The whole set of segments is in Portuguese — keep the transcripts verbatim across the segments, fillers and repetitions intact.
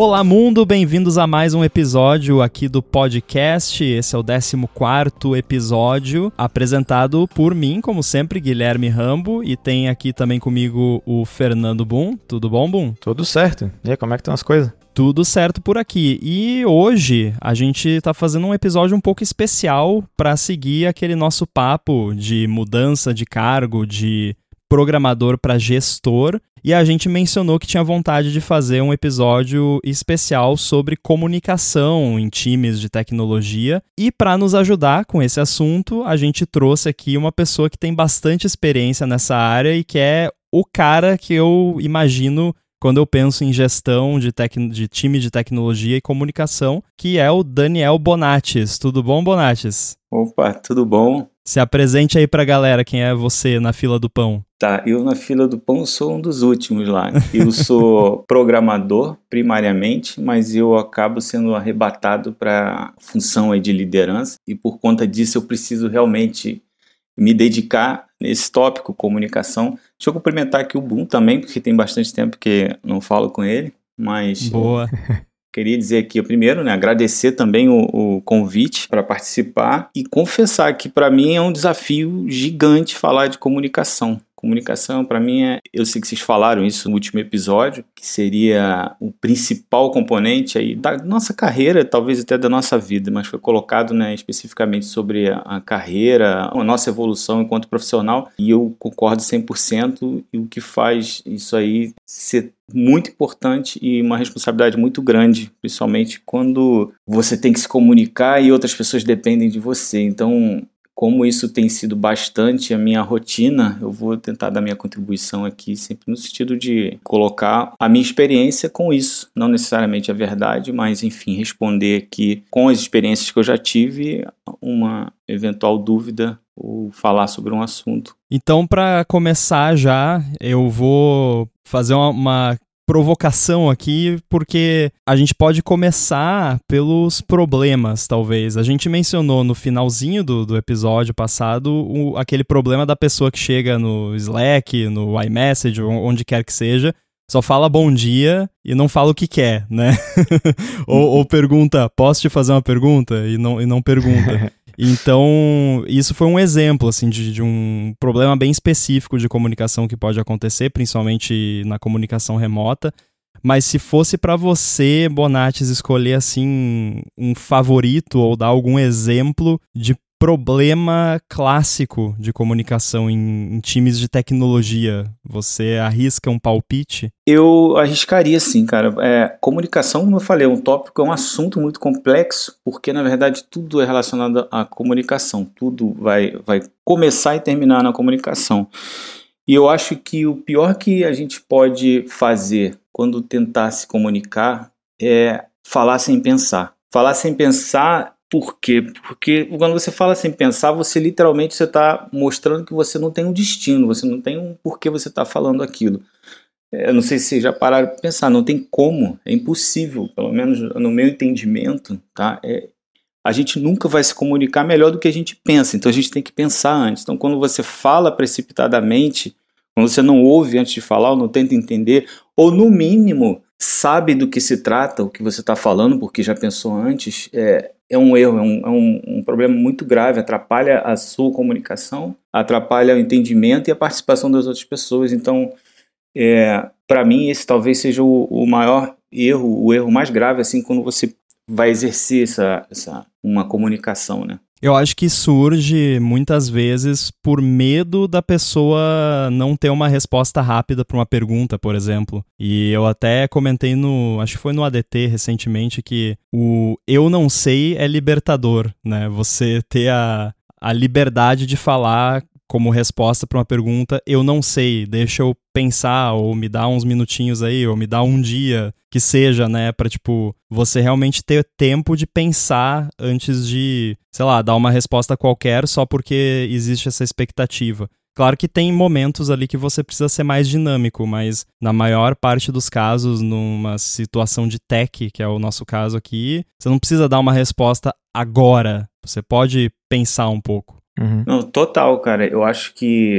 Olá mundo, bem-vindos a mais um episódio aqui do podcast. Esse é o décimo quarto episódio, apresentado por mim, como sempre, Guilherme Rambo, e tem aqui também comigo o Fernando Boom. Tudo bom, Boom? Tudo certo. E aí, como é que estão as coisas? Tudo certo por aqui. E hoje a gente tá fazendo um episódio um pouco especial para seguir aquele nosso papo de mudança de cargo, de programador para gestor, e a gente mencionou que tinha vontade de fazer um episódio especial sobre comunicação em times de tecnologia, e para nos ajudar com esse assunto, a gente trouxe aqui uma pessoa que tem bastante experiência nessa área e que é o cara que eu imagino quando eu penso em gestão de, tec... de time de tecnologia e comunicação, que é o Daniel Bonatis. Tudo bom, Bonatis? Opa, tudo bom? Se apresente aí pra galera, quem é você na fila do pão. Tá, eu na fila do pão sou um dos últimos lá. Eu sou programador, primariamente, mas eu acabo sendo arrebatado para função aí de liderança, e por conta disso eu preciso realmente me dedicar nesse tópico, comunicação. Deixa eu cumprimentar aqui o Boom também, porque tem bastante tempo que não falo com ele, mas... Boa! Queria dizer aqui, primeiro, né, agradecer também o, o convite para participar e confessar que para mim é um desafio gigante falar de comunicação. Comunicação, para mim, é, eu sei que vocês falaram isso no último episódio, que seria o principal componente aí da nossa carreira, talvez até da nossa vida, mas foi colocado, né, especificamente sobre a, a carreira, a nossa evolução enquanto profissional, e eu concordo cem por cento, e o que faz isso aí ser muito importante e uma responsabilidade muito grande, principalmente quando você tem que se comunicar e outras pessoas dependem de você. Então, como isso tem sido bastante a minha rotina, eu vou tentar dar minha contribuição aqui sempre no sentido de colocar a minha experiência com isso, não necessariamente a verdade, mas enfim, responder aqui com as experiências que eu já tive uma eventual dúvida ou falar sobre um assunto. Então, para começar já, eu vou fazer uma, uma provocação aqui, porque a gente pode começar pelos problemas, talvez. A gente mencionou no finalzinho do, do episódio passado o, aquele problema da pessoa que chega no Slack, no iMessage, onde quer que seja, só fala bom dia e não fala o que quer, né? ou, ou pergunta, posso te fazer uma pergunta? E não, e não pergunta. Então, isso foi um exemplo assim, de, de um problema bem específico de comunicação que pode acontecer, principalmente na comunicação remota. Mas se fosse para você, Bonatis, escolher assim, um favorito ou dar algum exemplo de problema clássico de comunicação em, em times de tecnologia, você arrisca um palpite? Eu arriscaria sim, cara. É, comunicação, como eu falei, é um tópico, é um assunto muito complexo, porque na verdade tudo é relacionado à comunicação, tudo vai, vai começar e terminar na comunicação. E eu acho que o pior que a gente pode fazer quando tentar se comunicar é falar sem pensar. Falar sem pensar. Por quê? Porque quando você fala sem pensar, você literalmente está mostrando que você não tem um destino, você não tem um porquê você está falando aquilo. Eu não sei se vocês já pararam para pensar, não tem como, é impossível, pelo menos no meu entendimento, tá? É, a gente nunca vai se comunicar melhor do que a gente pensa, então a gente tem que pensar antes. Então quando você fala precipitadamente, quando você não ouve antes de falar, ou não tenta entender, ou no mínimo sabe do que se trata, o que você está falando, porque já pensou antes, é... É um erro, é, um, é um, um problema muito grave, atrapalha a sua comunicação, atrapalha o entendimento e a participação das outras pessoas. Então, é, para mim, esse talvez seja o, o maior erro, o erro mais grave, assim, quando você vai exercer essa, essa, uma comunicação, né? Eu acho que surge muitas vezes por medo da pessoa não ter uma resposta rápida para uma pergunta, por exemplo. E eu até comentei no, acho que foi no A D T recentemente, que o eu não sei é libertador, né? Você ter a, a liberdade de falar como resposta para uma pergunta, eu não sei, deixa eu pensar, ou me dá uns minutinhos aí, ou me dá um dia, que seja, né, para, tipo, você realmente ter tempo de pensar antes de, sei lá, dar uma resposta qualquer só porque existe essa expectativa. Claro que tem momentos ali que você precisa ser mais dinâmico, mas na maior parte dos casos, numa situação de tech, que é o nosso caso aqui, você não precisa dar uma resposta agora, você pode pensar um pouco. Uhum. Não, total, cara. Eu acho que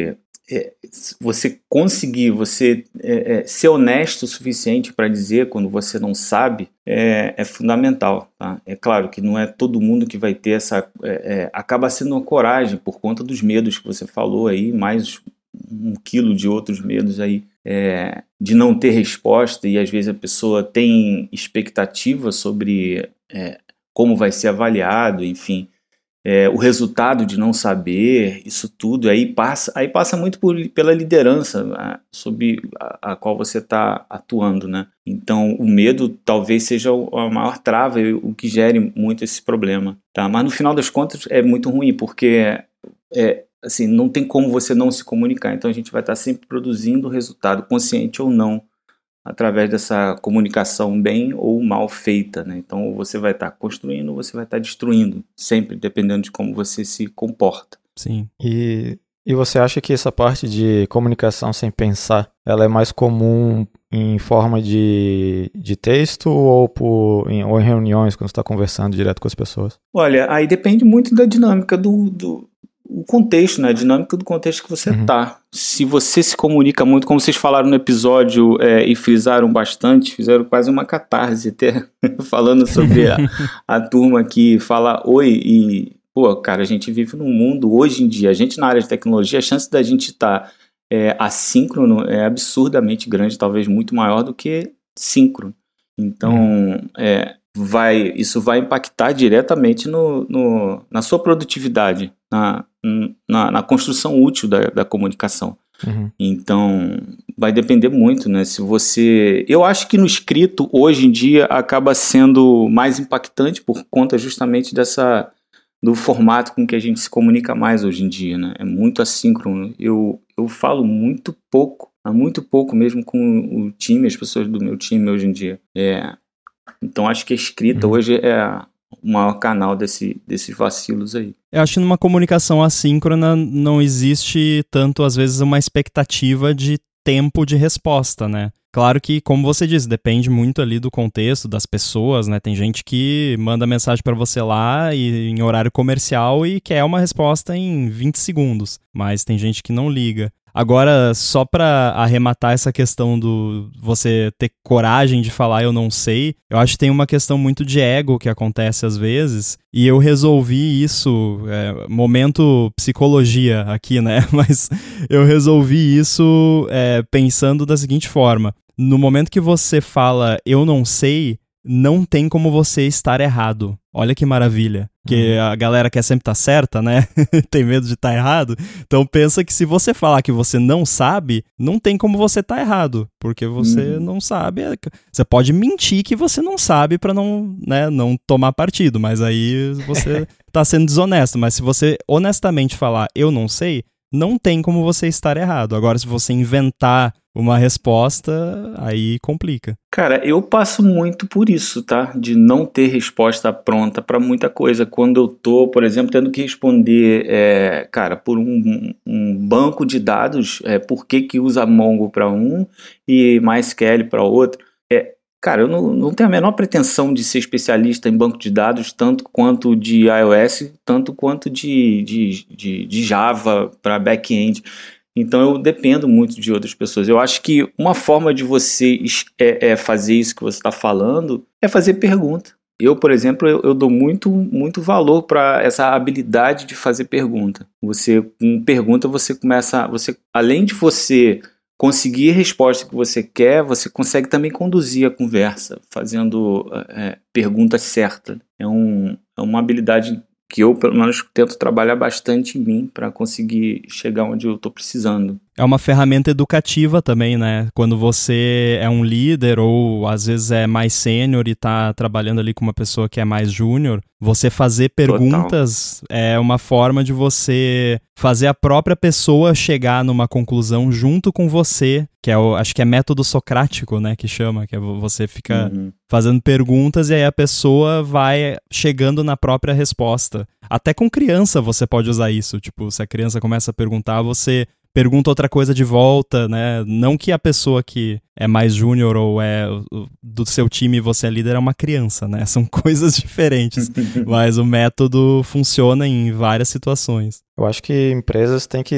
é, você conseguir, você é, é, ser honesto o suficiente para dizer quando você não sabe é, é fundamental, tá? É claro que não é todo mundo que vai ter essa... É, é, acaba sendo uma coragem por conta dos medos que você falou aí, mais um quilo de outros medos aí, é, de não ter resposta, e às vezes a pessoa tem expectativa sobre é, como vai ser avaliado, enfim, é, o resultado de não saber, isso tudo, aí passa, aí passa muito por, pela liderança, né, sob a, a qual você está atuando, né? Então o medo talvez seja a maior trava, o que gere muito esse problema, tá? Mas no final das contas é muito ruim, porque é, assim, não tem como você não se comunicar, então a gente vai estar sempre produzindo resultado, consciente ou não, através dessa comunicação bem ou mal feita, né? Então você vai estar construindo ou você vai estar destruindo, sempre dependendo de como você se comporta. Sim. E, e você acha que essa parte de comunicação sem pensar, ela é mais comum em forma de, de texto ou, por, em, ou em reuniões, quando você está conversando direto com as pessoas? Olha, aí depende muito da dinâmica do... do... o contexto, né? A dinâmica do contexto que você uhum. tá. Se você se comunica muito, como vocês falaram no episódio é, e frisaram bastante, fizeram quase uma catarse até falando sobre a, a turma que fala oi e, pô, cara, a gente vive num mundo, hoje em dia, a gente na área de tecnologia, a chance da gente estar tá, é, assíncrono é absurdamente grande, talvez muito maior do que síncrono. Então, uhum. é, vai, isso vai impactar diretamente no, no, na sua produtividade, na, na, na construção útil da, da comunicação. Uhum. Então, vai depender muito, né? Se você... Eu acho que no escrito, hoje em dia, acaba sendo mais impactante por conta justamente dessa... do formato com que a gente se comunica mais hoje em dia, né? É muito assíncrono. Eu, eu falo muito pouco, há muito pouco mesmo com o time, as pessoas do meu time hoje em dia. É... Então acho que a escrita uhum. hoje é o maior canal desse, desses vacilos aí. Eu acho que numa comunicação assíncrona não existe tanto, às vezes, uma expectativa de tempo de resposta, né? Claro que, como você disse, depende muito ali do contexto, das pessoas, né? Tem gente que manda mensagem para você lá e, em horário comercial e quer uma resposta em vinte segundos, mas tem gente que não liga. Agora, só para arrematar essa questão do você ter coragem de falar eu não sei, eu acho que tem uma questão muito de ego que acontece às vezes, e eu resolvi isso, é, momento psicologia aqui, né? Mas eu resolvi isso é, pensando da seguinte forma: no momento que você fala eu não sei, não tem como você estar errado. Olha que maravilha. Porque a galera quer sempre estar certa, né? Tem medo de estar errado. Então pensa que se você falar que você não sabe, não tem como você estar errado. Porque você uhum. não sabe. Você pode mentir que você não sabe para não, né, não tomar partido. Mas aí você tá sendo desonesto. Mas se você honestamente falar eu não sei, não tem como você estar errado. Agora, se você inventar uma resposta, aí complica. Cara, eu passo muito por isso, tá? De não ter resposta pronta para muita coisa. Quando eu tô, por exemplo, tendo que responder, é, cara, por um, um banco de dados, é, por que que usa Mongo para um e MySQL para outro. É, cara, eu não, não tenho a menor pretensão de ser especialista em banco de dados, tanto quanto de iOS, tanto quanto de, de, de, de Java para back-end. Então eu dependo muito de outras pessoas. Eu acho que uma forma de você é, é fazer isso que você está falando é fazer pergunta. Eu, por exemplo, eu, eu dou muito, muito valor para essa habilidade de fazer pergunta. Você, com pergunta, você começa... Você, além de você conseguir a resposta que você quer, você consegue também conduzir a conversa, fazendo é, perguntas certas. É, um, é uma habilidade que eu, pelo menos, tento trabalhar bastante em mim para conseguir chegar onde eu estou precisando. É uma ferramenta educativa também, né? Quando você é um líder ou às vezes é mais sênior e está trabalhando ali com uma pessoa que é mais júnior, você fazer perguntas Total. É uma forma de você fazer a própria pessoa chegar numa conclusão junto com você, que é o, acho que é método socrático, né, que chama, que é você fica uhum. fazendo perguntas e aí a pessoa vai chegando na própria resposta. Até com criança você pode usar isso, tipo, se a criança começa a perguntar, você pergunta outra coisa de volta, né? Não que a pessoa que é mais júnior ou é do seu time e você é líder é uma criança, né? São coisas diferentes, mas o método funciona em várias situações. Eu acho que empresas têm que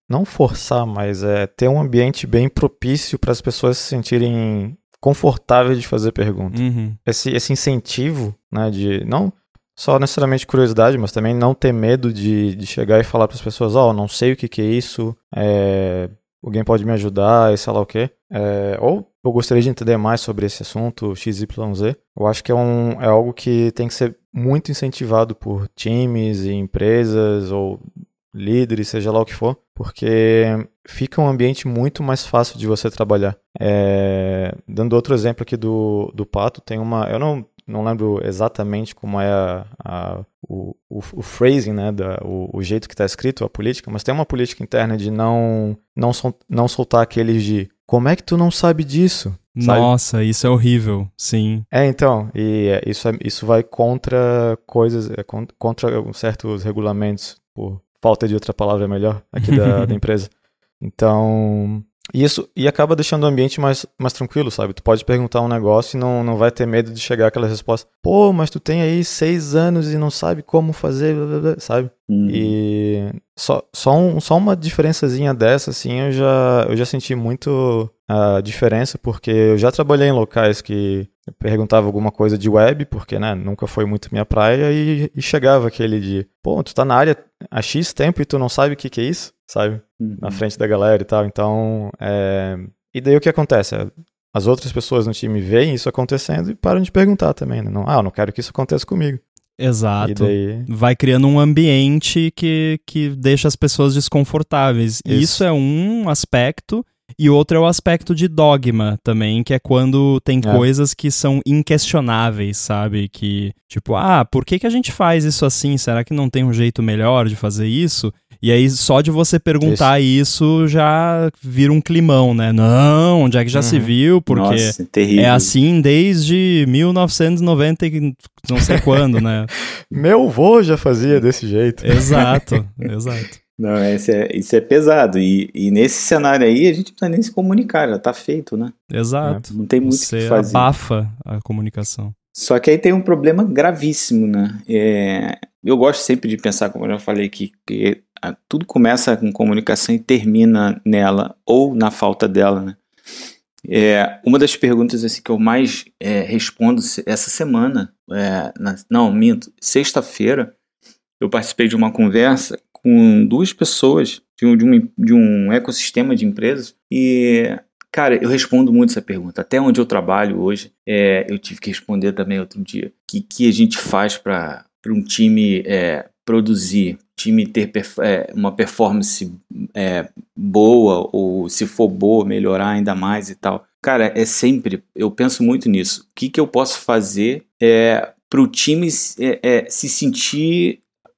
não forçar, mas é ter um ambiente bem propício para as pessoas se sentirem confortáveis de fazer pergunta. Uhum. Esse, esse incentivo, né, de não só necessariamente curiosidade, mas também não ter medo de, de chegar e falar para as pessoas, ó, oh, não sei o que, que é isso, é, alguém pode me ajudar, e sei lá o quê. É, ou eu gostaria de entender mais sobre esse assunto, X Y Z. Eu acho que é, um, é algo que tem que ser muito incentivado por times e empresas ou líderes, seja lá o que for, porque fica um ambiente muito mais fácil de você trabalhar. É, dando outro exemplo aqui do, do Pato, tem uma... Eu não, não lembro exatamente como é a, a, o, o, o phrasing, né, da, o, o jeito que está escrito, a política, mas tem uma política interna de não, não, sol, não soltar aqueles de como é que tu não sabe disso? Nossa, sabe? Isso é horrível, sim. É, então, e é, isso, é, isso vai contra coisas, é, contra certos regulamentos, por falta de outra palavra melhor, aqui da, da empresa. Então, isso, e acaba deixando o ambiente mais, mais tranquilo, sabe? Tu pode perguntar um negócio e não, não vai ter medo de chegar aquela resposta, pô, mas tu tem aí seis anos e não sabe como fazer, blá, blá, blá, sabe? Hum. E só, só, um, só uma diferençazinha dessa, assim, eu já, eu já senti muito a diferença, porque eu já trabalhei em locais que eu perguntava alguma coisa de web, porque, né, nunca foi muito minha praia, e, e chegava aquele de, pô, tu tá na área há X tempo e tu não sabe o que que é isso, sabe? Uhum. Na frente da galera e tal, então, é... e daí o que acontece? As outras pessoas no time veem isso acontecendo e param de perguntar também, né? Não, ah, eu não quero que isso aconteça comigo. Exato. Daí... Vai criando um ambiente que, que deixa as pessoas desconfortáveis. Isso. Isso é um aspecto, e outro é o aspecto de dogma também, que é quando tem é. coisas que são inquestionáveis, sabe? Que, tipo, ah, por que que a gente faz isso assim? Será que não tem um jeito melhor de fazer isso? E aí, só de você perguntar isso, isso já vira um climão, né? Não, onde é que já uhum. se viu? Porque Nossa, terrível. É assim desde mil novecentos e noventa e não sei quando, né? Meu vô já fazia desse jeito. Exato, exato. Não, isso é, isso é pesado. E, e nesse cenário aí, a gente não precisa nem se comunicar, já tá feito, né? Exato. É, não tem muito o que fazer. Você abafa a comunicação. Só que aí tem um problema gravíssimo, né? É, eu gosto sempre de pensar, como eu já falei aqui, que tudo começa com comunicação e termina nela, ou na falta dela, né? É, uma das perguntas assim, que eu mais é, respondo essa semana, é, na, não, minto, sexta-feira, eu participei de uma conversa com duas pessoas de um, de um, de um ecossistema de empresas e, cara, eu respondo muito essa pergunta. Até onde eu trabalho hoje, é, eu tive que responder também outro dia. O que, que a gente faz para um time é, produzir, time ter perf- é, uma performance é, boa, ou se for boa, melhorar ainda mais e tal. Cara, é sempre, eu penso muito nisso. O que, que eu posso fazer é, para o time é, é, se sentir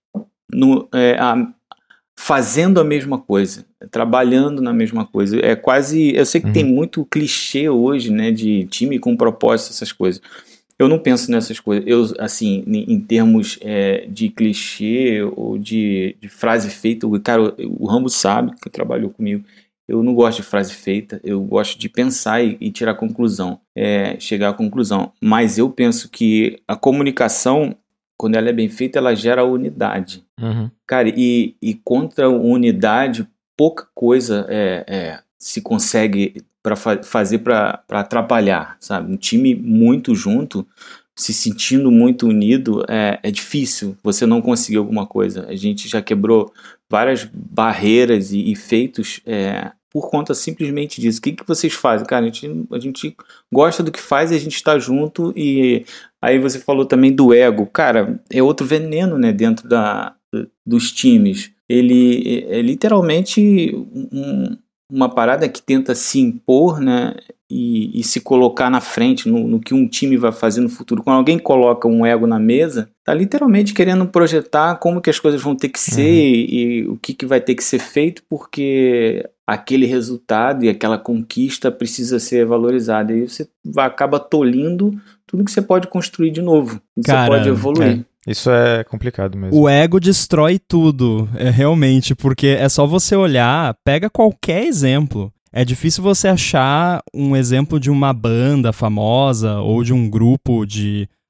no, é, a, fazendo a mesma coisa, trabalhando na mesma coisa. É quase, eu sei que uhum. tem muito clichê hoje, né, de time com propósito, essas coisas. Eu não penso nessas coisas. Eu, assim, em termos é, de clichê ou de, de frase feita, o cara, o Rambo sabe, que trabalhou comigo, eu não gosto de frase feita, eu gosto de pensar e, e tirar conclusão, é, chegar à conclusão. Mas eu penso que a comunicação, quando ela é bem feita, ela gera unidade. Uhum. Cara, e, e contra a unidade, pouca coisa é, é, se consegue para fa- fazer para atrapalhar, sabe? Um time muito junto, se sentindo muito unido, é, é difícil você não conseguir alguma coisa. A gente já quebrou várias barreiras e, e feitos é, por conta simplesmente disso. O que, que vocês fazem? Cara, a gente, a gente gosta do que faz e a gente está junto. E aí você falou também do ego. Cara, é outro veneno, né, dentro da, dos times. Ele é literalmente um, uma parada que tenta se impor, né, e, e se colocar na frente no, no que um time vai fazer no futuro. Quando alguém coloca um ego na mesa, tá literalmente querendo projetar como que as coisas vão ter que ser uhum. e, e o que, que vai ter que ser feito, porque aquele resultado e aquela conquista precisa ser valorizada. E aí você vai, acaba tolindo tudo que você pode construir de novo. Cara, você pode evoluir. É. Isso é complicado mesmo. O ego destrói tudo, é realmente, porque é só você olhar, pega qualquer exemplo. É difícil você achar um exemplo de uma banda famosa ou de um grupo de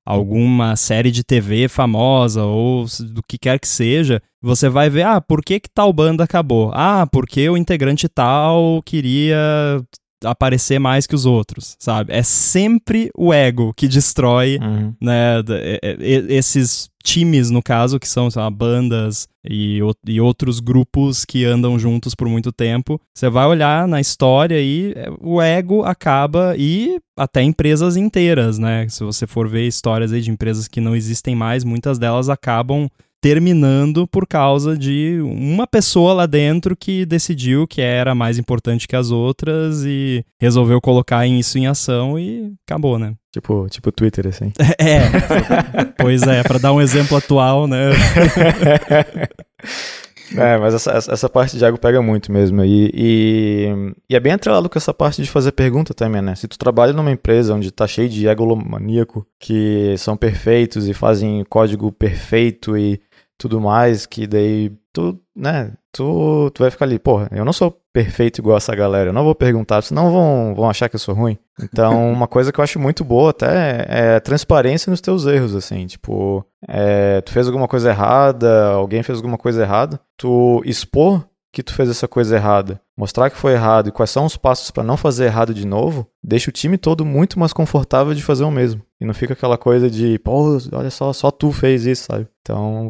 alguma série de T V famosa ou do que quer que seja, você vai ver, ah, por que que tal banda acabou? Ah, porque o integrante tal queria aparecer mais que os outros, sabe? É sempre o ego que destrói, uhum. né, esses times, no caso, que são, sei lá, bandas e, e outros grupos que andam juntos por muito tempo. Você vai olhar na história e o ego acaba, e até empresas inteiras, né? Se você for ver histórias aí de empresas que não existem mais, muitas delas acabam terminando por causa de uma pessoa lá dentro que decidiu que era mais importante que as outras e resolveu colocar isso em ação e acabou, né? Tipo, tipo Twitter, assim. É, pois é, pra dar um exemplo atual, né? É, mas essa, essa parte de ego pega muito mesmo. E, e, e é bem atrelado com essa parte de fazer pergunta também, né? Se tu trabalha numa empresa onde tá cheio de egolomaníaco, que são perfeitos e fazem código perfeito e tudo mais, que daí tu, né, tu, tu vai ficar ali, porra, eu não sou perfeito igual essa galera, eu não vou perguntar, senão vão, vão achar que eu sou ruim. Então, uma coisa que eu acho muito boa até é transparência nos teus erros, assim, tipo, é, tu fez alguma coisa errada, alguém fez alguma coisa errada, tu expor que tu fez essa coisa errada, mostrar que foi errado e quais são os passos para não fazer errado de novo, deixa o time todo muito mais confortável de fazer o mesmo. E não fica aquela coisa de, pô, olha só, só tu fez isso, sabe? Então,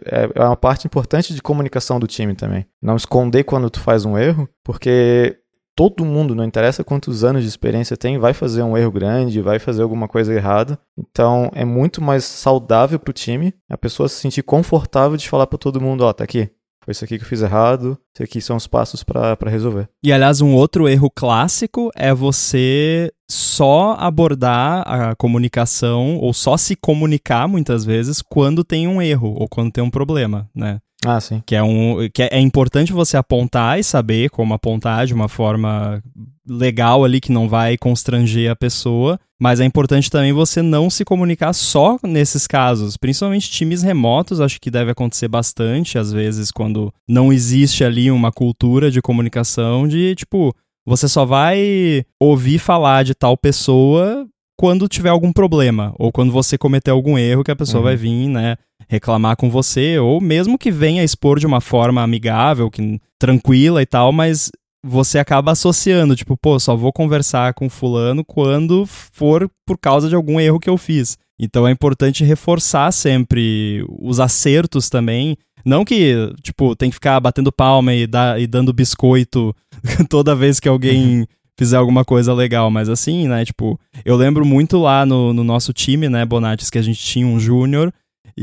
é uma parte importante de comunicação do time também. Não esconder quando tu faz um erro, porque todo mundo, não interessa quantos anos de experiência tem, vai fazer um erro grande, vai fazer alguma coisa errada. Então, é muito mais saudável pro time a pessoa se sentir confortável de falar pra todo mundo, ó, tá aqui. Foi isso aqui que eu fiz errado, isso aqui são os passos pra, pra resolver. E, aliás, um outro erro clássico é você só abordar a comunicação, ou só se comunicar, muitas vezes, quando tem um erro, ou quando tem um problema, né? Ah, sim. Que é, um, que é importante você apontar e saber como apontar de uma forma legal ali, que não vai constranger a pessoa, mas é importante também você não se comunicar só nesses casos, principalmente times remotos, acho que deve acontecer bastante, às vezes, quando não existe ali uma cultura de comunicação de, tipo, você só vai ouvir falar de tal pessoa quando tiver algum problema, ou quando você cometer algum erro que a pessoa uhum. vai vir, né, reclamar com você, ou mesmo que venha expor de uma forma amigável, que, tranquila e tal, mas você acaba associando, tipo, pô, só vou conversar com fulano quando for por causa de algum erro que eu fiz. Então é importante reforçar sempre os acertos também, não que, tipo, tem que ficar batendo palma e, dar, e dando biscoito toda vez que alguém... Uhum. fizer alguma coisa legal, mas assim, né, tipo, eu lembro muito lá no, no nosso time, né, Bonatis, que a gente tinha um júnior,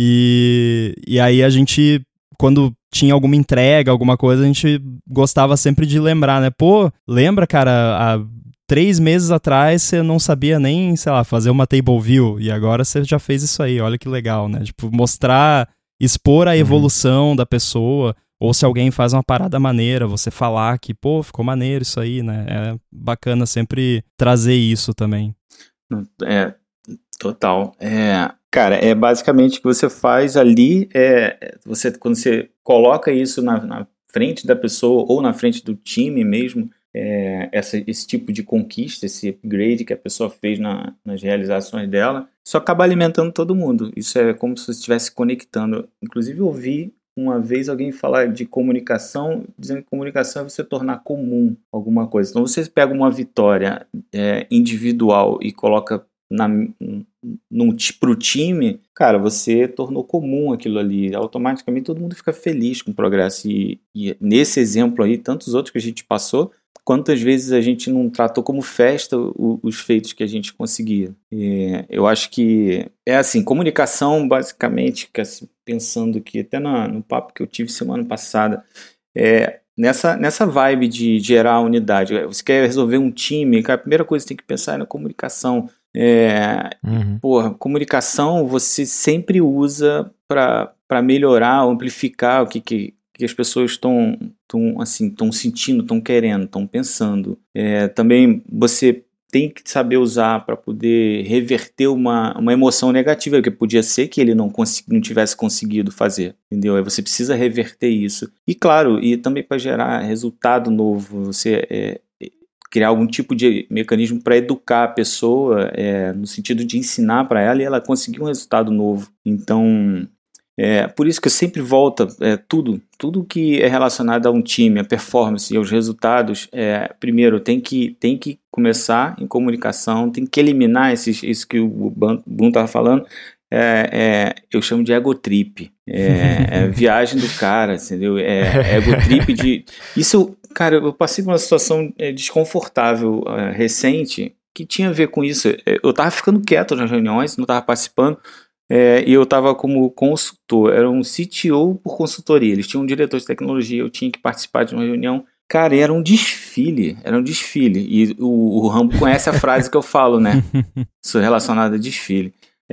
e, e aí a gente, quando tinha alguma entrega, alguma coisa, a gente gostava sempre de lembrar, né, pô, lembra, cara, há três meses atrás você não sabia nem, sei lá, fazer uma table view, e agora você já fez isso aí, olha que legal, né, tipo, mostrar, expor a evolução uhum. da pessoa. Ou se alguém faz uma parada maneira, você falar que, pô, ficou maneiro isso aí, né? É bacana sempre trazer isso também. É, total. É, cara, é basicamente o que você faz ali, é, você, quando você coloca isso na, na frente da pessoa ou na frente do time mesmo, é, essa, esse tipo de conquista, esse upgrade que a pessoa fez na, nas realizações dela, isso acaba alimentando todo mundo. Isso é como se você estivesse conectando. Inclusive, eu ouvi uma vez alguém falar de comunicação, dizendo que comunicação é você tornar comum alguma coisa. Então, você pega uma vitória é, individual e coloca na, num, pro time, cara, você tornou comum aquilo ali. Automaticamente, todo mundo fica feliz com o progresso. E, e nesse exemplo aí, tantos outros que a gente passou, quantas vezes a gente não tratou como festa o, os feitos que a gente conseguia. E eu acho que é assim, comunicação basicamente, que, assim, pensando que até no, no papo que eu tive semana passada, é, nessa, nessa vibe de gerar unidade, você quer resolver um time, cara, a primeira coisa que você tem que pensar é na comunicação. É, uhum. Porra, comunicação você sempre usa para melhorar, amplificar o que, que que as pessoas estão assim, estão sentindo, estão querendo, estão pensando. É, também você tem que saber usar para poder reverter uma, uma emoção negativa, que podia ser que ele não, consegui, não tivesse conseguido fazer, entendeu? Aí você precisa reverter isso. E claro, e também para gerar resultado novo, você é, criar algum tipo de mecanismo para educar a pessoa, é, no sentido de ensinar para ela e ela conseguir um resultado novo. Então, é por isso que eu sempre volto, é, tudo, tudo que é relacionado a um time, a performance e aos resultados, é, primeiro tem que, tem que começar em comunicação, tem que eliminar esses, isso que o Bruno estava falando, é, é, eu chamo de ego trip, é, é viagem do cara, entendeu? É, é ego trip de... Isso, cara, eu passei por uma situação é, desconfortável é, recente que tinha a ver com isso. Eu tava ficando quieto nas reuniões, não tava participando, é, e eu tava como consultor, era um C T O por consultoria, eles tinham um diretor de tecnologia, eu tinha que participar de uma reunião. Cara, era um desfile, era um desfile, e o, o Rambo conhece a frase que eu falo, né? Sou relacionado a desfile.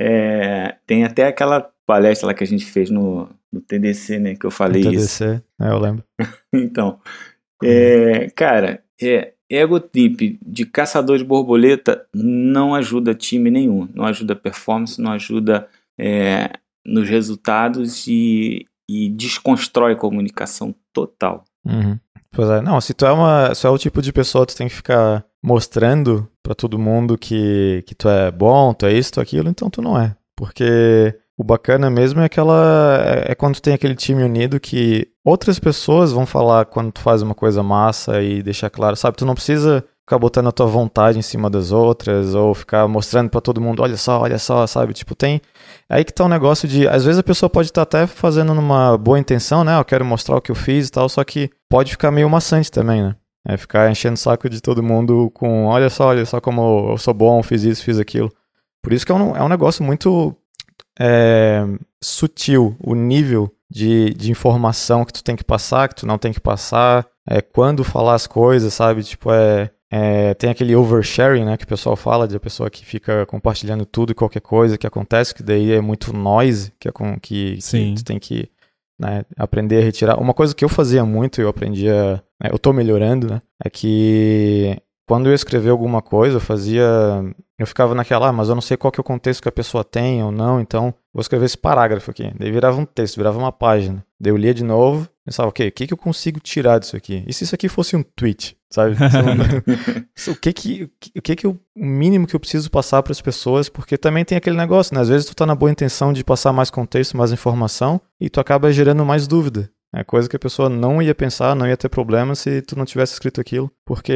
É, tem até aquela palestra lá que a gente fez no, no T D C, né, que eu falei no isso. T D C, é, eu lembro. Então, é, cara, é, ego trip de caçador de borboleta não ajuda time nenhum, não ajuda performance, não ajuda é, nos resultados e, e desconstrói a comunicação total. Uhum. Pois é, não, se tu é, uma, se é o tipo de pessoa que tu tem que ficar mostrando pra todo mundo que, que tu é bom, tu é isso, tu é aquilo, então tu não é. Porque o bacana mesmo é aquela, é, é quando tu tem aquele time unido que outras pessoas vão falar quando tu faz uma coisa massa e deixar claro, sabe? Tu não precisa ficar botando a tua vontade em cima das outras ou ficar mostrando pra todo mundo, olha só, olha só, sabe? Tipo, tem... Aí que tá um negócio de... Às vezes a pessoa pode estar até fazendo numa boa intenção, né? Eu quero mostrar o que eu fiz e tal, só que pode ficar meio maçante também, né? É ficar enchendo o saco de todo mundo com, olha só, olha só como eu sou bom, fiz isso, fiz aquilo. Por isso que é um, é um negócio muito é, sutil, o nível de, de informação que tu tem que passar, que tu não tem que passar, é, quando falar as coisas, sabe? Tipo, é... É, tem aquele oversharing, né, que o pessoal fala, de a pessoa que fica compartilhando tudo e qualquer coisa que acontece, que daí é muito noise, que, é com, que, que tu tem que, né, aprender a retirar. Uma coisa que eu fazia muito, eu aprendi a... Né, eu tô melhorando, né, é que quando eu escrever alguma coisa, eu fazia... Eu ficava naquela, ah, mas eu não sei qual que é o contexto que a pessoa tem ou não, então vou escrever esse parágrafo aqui. Daí virava um texto, virava uma página. Daí eu lia de novo, pensava, ok, o que, que eu consigo tirar disso aqui? E se isso aqui fosse um tweet, sabe? o que que, o que que eu, o mínimo que eu preciso passar para as pessoas, porque também tem aquele negócio, né? Às vezes tu tá na boa intenção de passar mais contexto, mais informação, e tu acaba gerando mais dúvida. É coisa que a pessoa não ia pensar, não ia ter problema se tu não tivesse escrito aquilo, porque,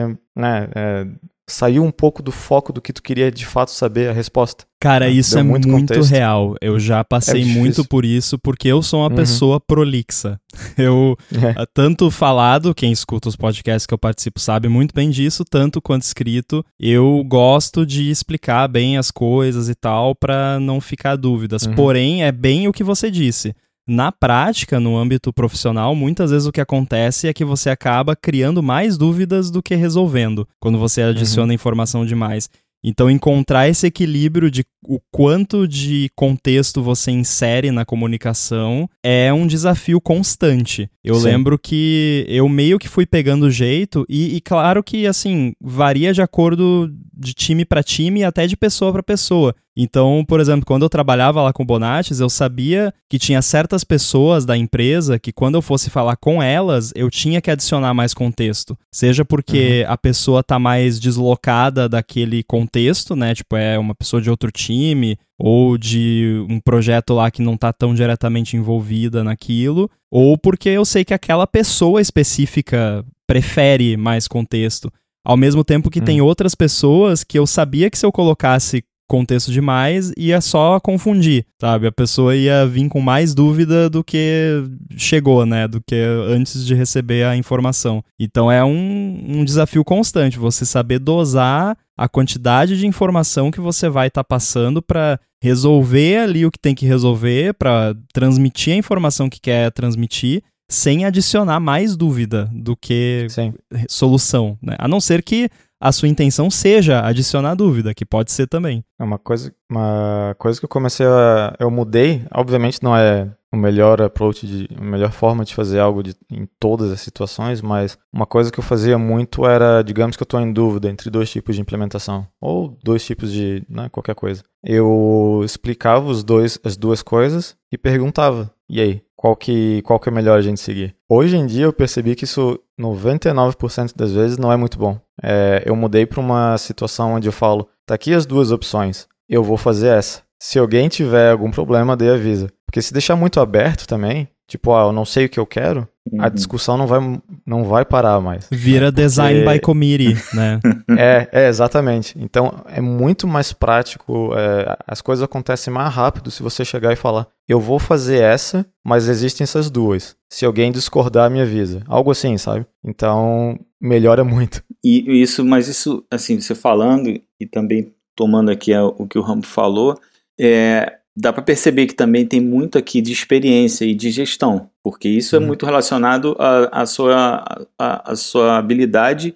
né, é, saiu um pouco do foco do que tu queria de fato saber a resposta. Cara, isso é muito, muito real. Eu já passei é muito por isso, porque eu sou uma uhum. pessoa prolixa. Eu, é. tanto falado, quem escuta os podcasts que eu participo sabe muito bem disso, tanto quanto escrito, eu gosto de explicar bem as coisas e tal, pra não ficar dúvidas. Uhum. Porém, é bem o que você disse. Na prática, no âmbito profissional, muitas vezes o que acontece é que você acaba criando mais dúvidas do que resolvendo, quando você adiciona uhum. informação demais. Então, encontrar esse equilíbrio de o quanto de contexto você insere na comunicação é um desafio constante. Eu Sim. lembro que eu meio que fui pegando o jeito e, e claro que, assim, varia de acordo de time para time e até de pessoa para pessoa. Então, por exemplo, quando eu trabalhava lá com o Bonatis, eu sabia que tinha certas pessoas da empresa que quando eu fosse falar com elas, eu tinha que adicionar mais contexto. Seja porque uhum. a pessoa tá mais deslocada daquele contexto, né? Tipo, é uma pessoa de outro time ou de um projeto lá que não tá tão diretamente envolvida naquilo, ou porque eu sei que aquela pessoa específica prefere mais contexto. Ao mesmo tempo que hum. tem outras pessoas que eu sabia que se eu colocasse contexto demais, ia só confundir, sabe? A pessoa ia vir com mais dúvida do que chegou, né? Do que antes de receber a informação. Então é um, um desafio constante, você saber dosar a quantidade de informação que você vai estar tá passando para resolver ali o que tem que resolver, para transmitir a informação que quer transmitir, sem adicionar mais dúvida do que Sim. solução, né? A não ser que a sua intenção seja adicionar dúvida, que pode ser também. É uma coisa, uma coisa que eu comecei a... Eu mudei, obviamente não é o melhor approach, de, a melhor forma de fazer algo de, em todas as situações, mas uma coisa que eu fazia muito era, digamos que eu estou em dúvida entre dois tipos de implementação, ou dois tipos de, né, qualquer coisa. Eu explicava os dois, as duas coisas e perguntava, e aí? Qual que, qual que é melhor a gente seguir? Hoje em dia eu percebi que isso, noventa e nove por cento das vezes, não é muito bom. É, eu mudei para uma situação onde eu falo, tá aqui as duas opções, eu vou fazer essa. Se alguém tiver algum problema, daí avisa. Porque se deixar muito aberto também, tipo, ah, eu não sei o que eu quero, uhum. a discussão não vai, não vai parar mais. Vira né? design by committee, né? é, é, exatamente. Então, é muito mais prático, é, as coisas acontecem mais rápido se você chegar e falar, eu vou fazer essa, mas existem essas duas. Se alguém discordar, me avisa. Algo assim, sabe? Então, melhora muito. E isso, mas isso, assim, você falando e também tomando aqui o que o Rambo falou, é... dá para perceber que também tem muito aqui de experiência e de gestão, porque isso uhum. é muito relacionado à sua, a, a sua habilidade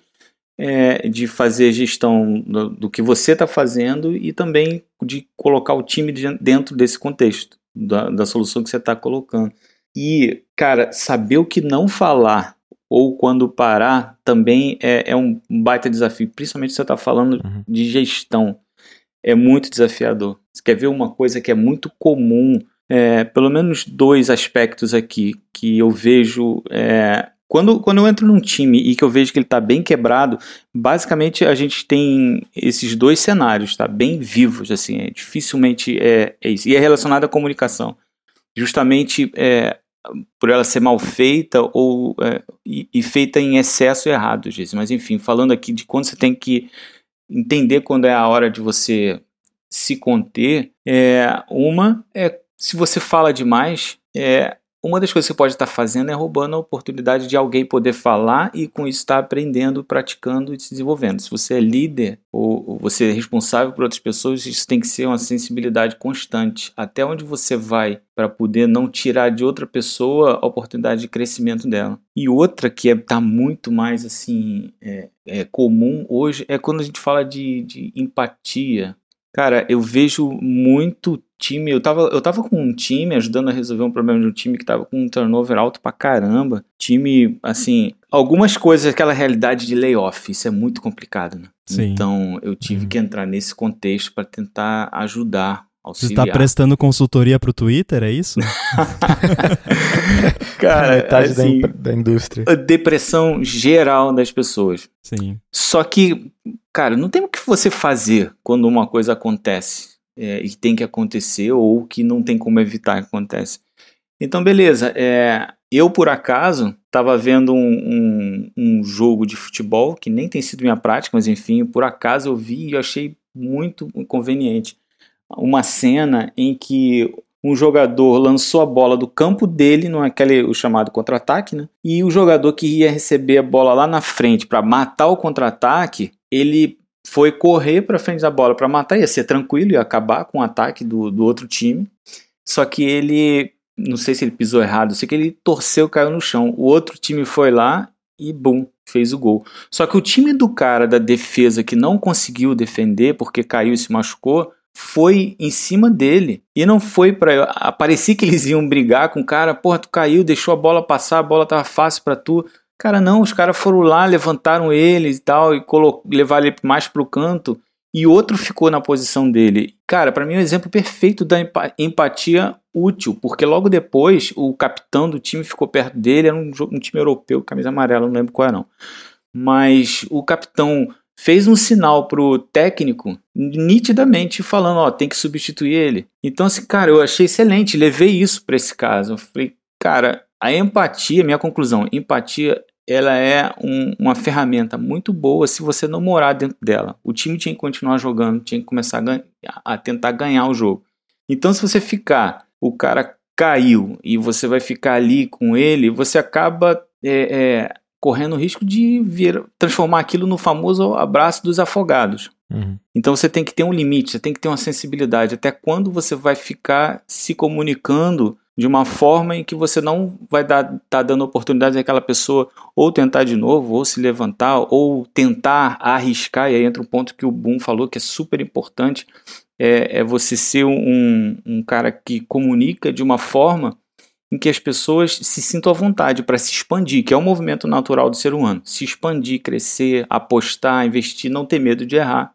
é, de fazer gestão do, do que você está fazendo e também de colocar o time dentro desse contexto, da, da solução que você está colocando. E, cara, saber o que não falar ou quando parar também é, é um baita desafio, principalmente se você está falando uhum. de gestão. É muito desafiador. Você quer ver uma coisa que é muito comum, é, pelo menos dois aspectos aqui que eu vejo. É, quando, quando eu entro num time e que eu vejo que ele está bem quebrado, basicamente a gente tem esses dois cenários, tá? Bem vivos, assim, é, dificilmente é, é isso. E é relacionado à comunicação. Justamente é, por ela ser mal feita ou, é, e, e feita em excesso errado, gente. Mas enfim, falando aqui de quando você tem que entender quando é a hora de você se conter, é, uma é se você fala demais, é, uma das coisas que você pode estar fazendo é roubando a oportunidade de alguém poder falar e com isso estar aprendendo, praticando e se desenvolvendo. Se você é líder ou, ou você é responsável por outras pessoas, isso tem que ser uma sensibilidade constante. Até onde você vai para poder não tirar de outra pessoa a oportunidade de crescimento dela. E outra que está muito mais assim é, é comum hoje é quando a gente fala de, de empatia. Cara, eu vejo muito time, eu tava, eu tava com um time ajudando a resolver um problema de um time que tava com um turnover alto pra caramba. Time, assim, algumas coisas, aquela realidade de layoff, isso é muito complicado, né? Sim. Então, eu tive uhum. que entrar nesse contexto para tentar ajudar, auxiliar. Você está prestando consultoria pro Twitter, é isso? Cara, metade assim, da, da indústria. A depressão geral das pessoas. Sim. Só que, cara, não tem o que você fazer quando uma coisa acontece é, e tem que acontecer ou que não tem como evitar que aconteça. Então, beleza. É, eu, por acaso, estava vendo um, um, um jogo de futebol que nem tem sido minha prática, mas enfim, por acaso eu vi e eu achei muito inconveniente. Uma cena em que um jogador lançou a bola do campo dele, naquele o chamado contra-ataque, né? E o jogador que ia receber a bola lá na frente para matar o contra-ataque, ele foi correr para frente da bola para matar, ia ser tranquilo, ia acabar com o ataque do, do outro time. Só que ele, não sei se ele pisou errado, sei que ele torceu, caiu no chão. O outro time foi lá e bum, fez o gol. Só que o time do cara da defesa que não conseguiu defender porque caiu e se machucou, foi em cima dele e não foi pra... Parecia que eles iam brigar com o cara, porra, tu caiu, deixou a bola passar, a bola tava fácil pra tu. Cara, não, os caras foram lá, levantaram ele e tal, e colo... levaram ele mais pro canto, e outro ficou na posição dele. Cara, pra mim é um exemplo perfeito da empatia útil, porque logo depois o capitão do time ficou perto dele, era um, um time europeu, camisa amarela, não lembro qual é não. Mas o capitão fez um sinal pro técnico, nitidamente falando, ó, tem que substituir ele. Então, assim, cara, eu achei excelente, levei isso para esse caso. Eu falei, cara, a empatia, minha conclusão, empatia, ela é um, uma ferramenta muito boa se você não morar dentro dela. O time tinha que continuar jogando, tinha que começar a, ganha, a tentar ganhar o jogo. Então, se você ficar, o cara caiu e você vai ficar ali com ele, você acaba... É, é, correndo o risco de vir, transformar aquilo no famoso abraço dos afogados. Uhum. Então você tem que ter um limite, você tem que ter uma sensibilidade. Até quando você vai ficar se comunicando de uma forma em que você não vai dar tá dando oportunidade àquela pessoa ou tentar de novo, ou se levantar, ou tentar arriscar. E aí entra um ponto que o Boom falou que é super importante, é, é você ser um, um cara que comunica de uma forma em que as pessoas se sintam à vontade para se expandir, que é um movimento natural do ser humano. Se expandir, crescer, apostar, investir, não ter medo de errar.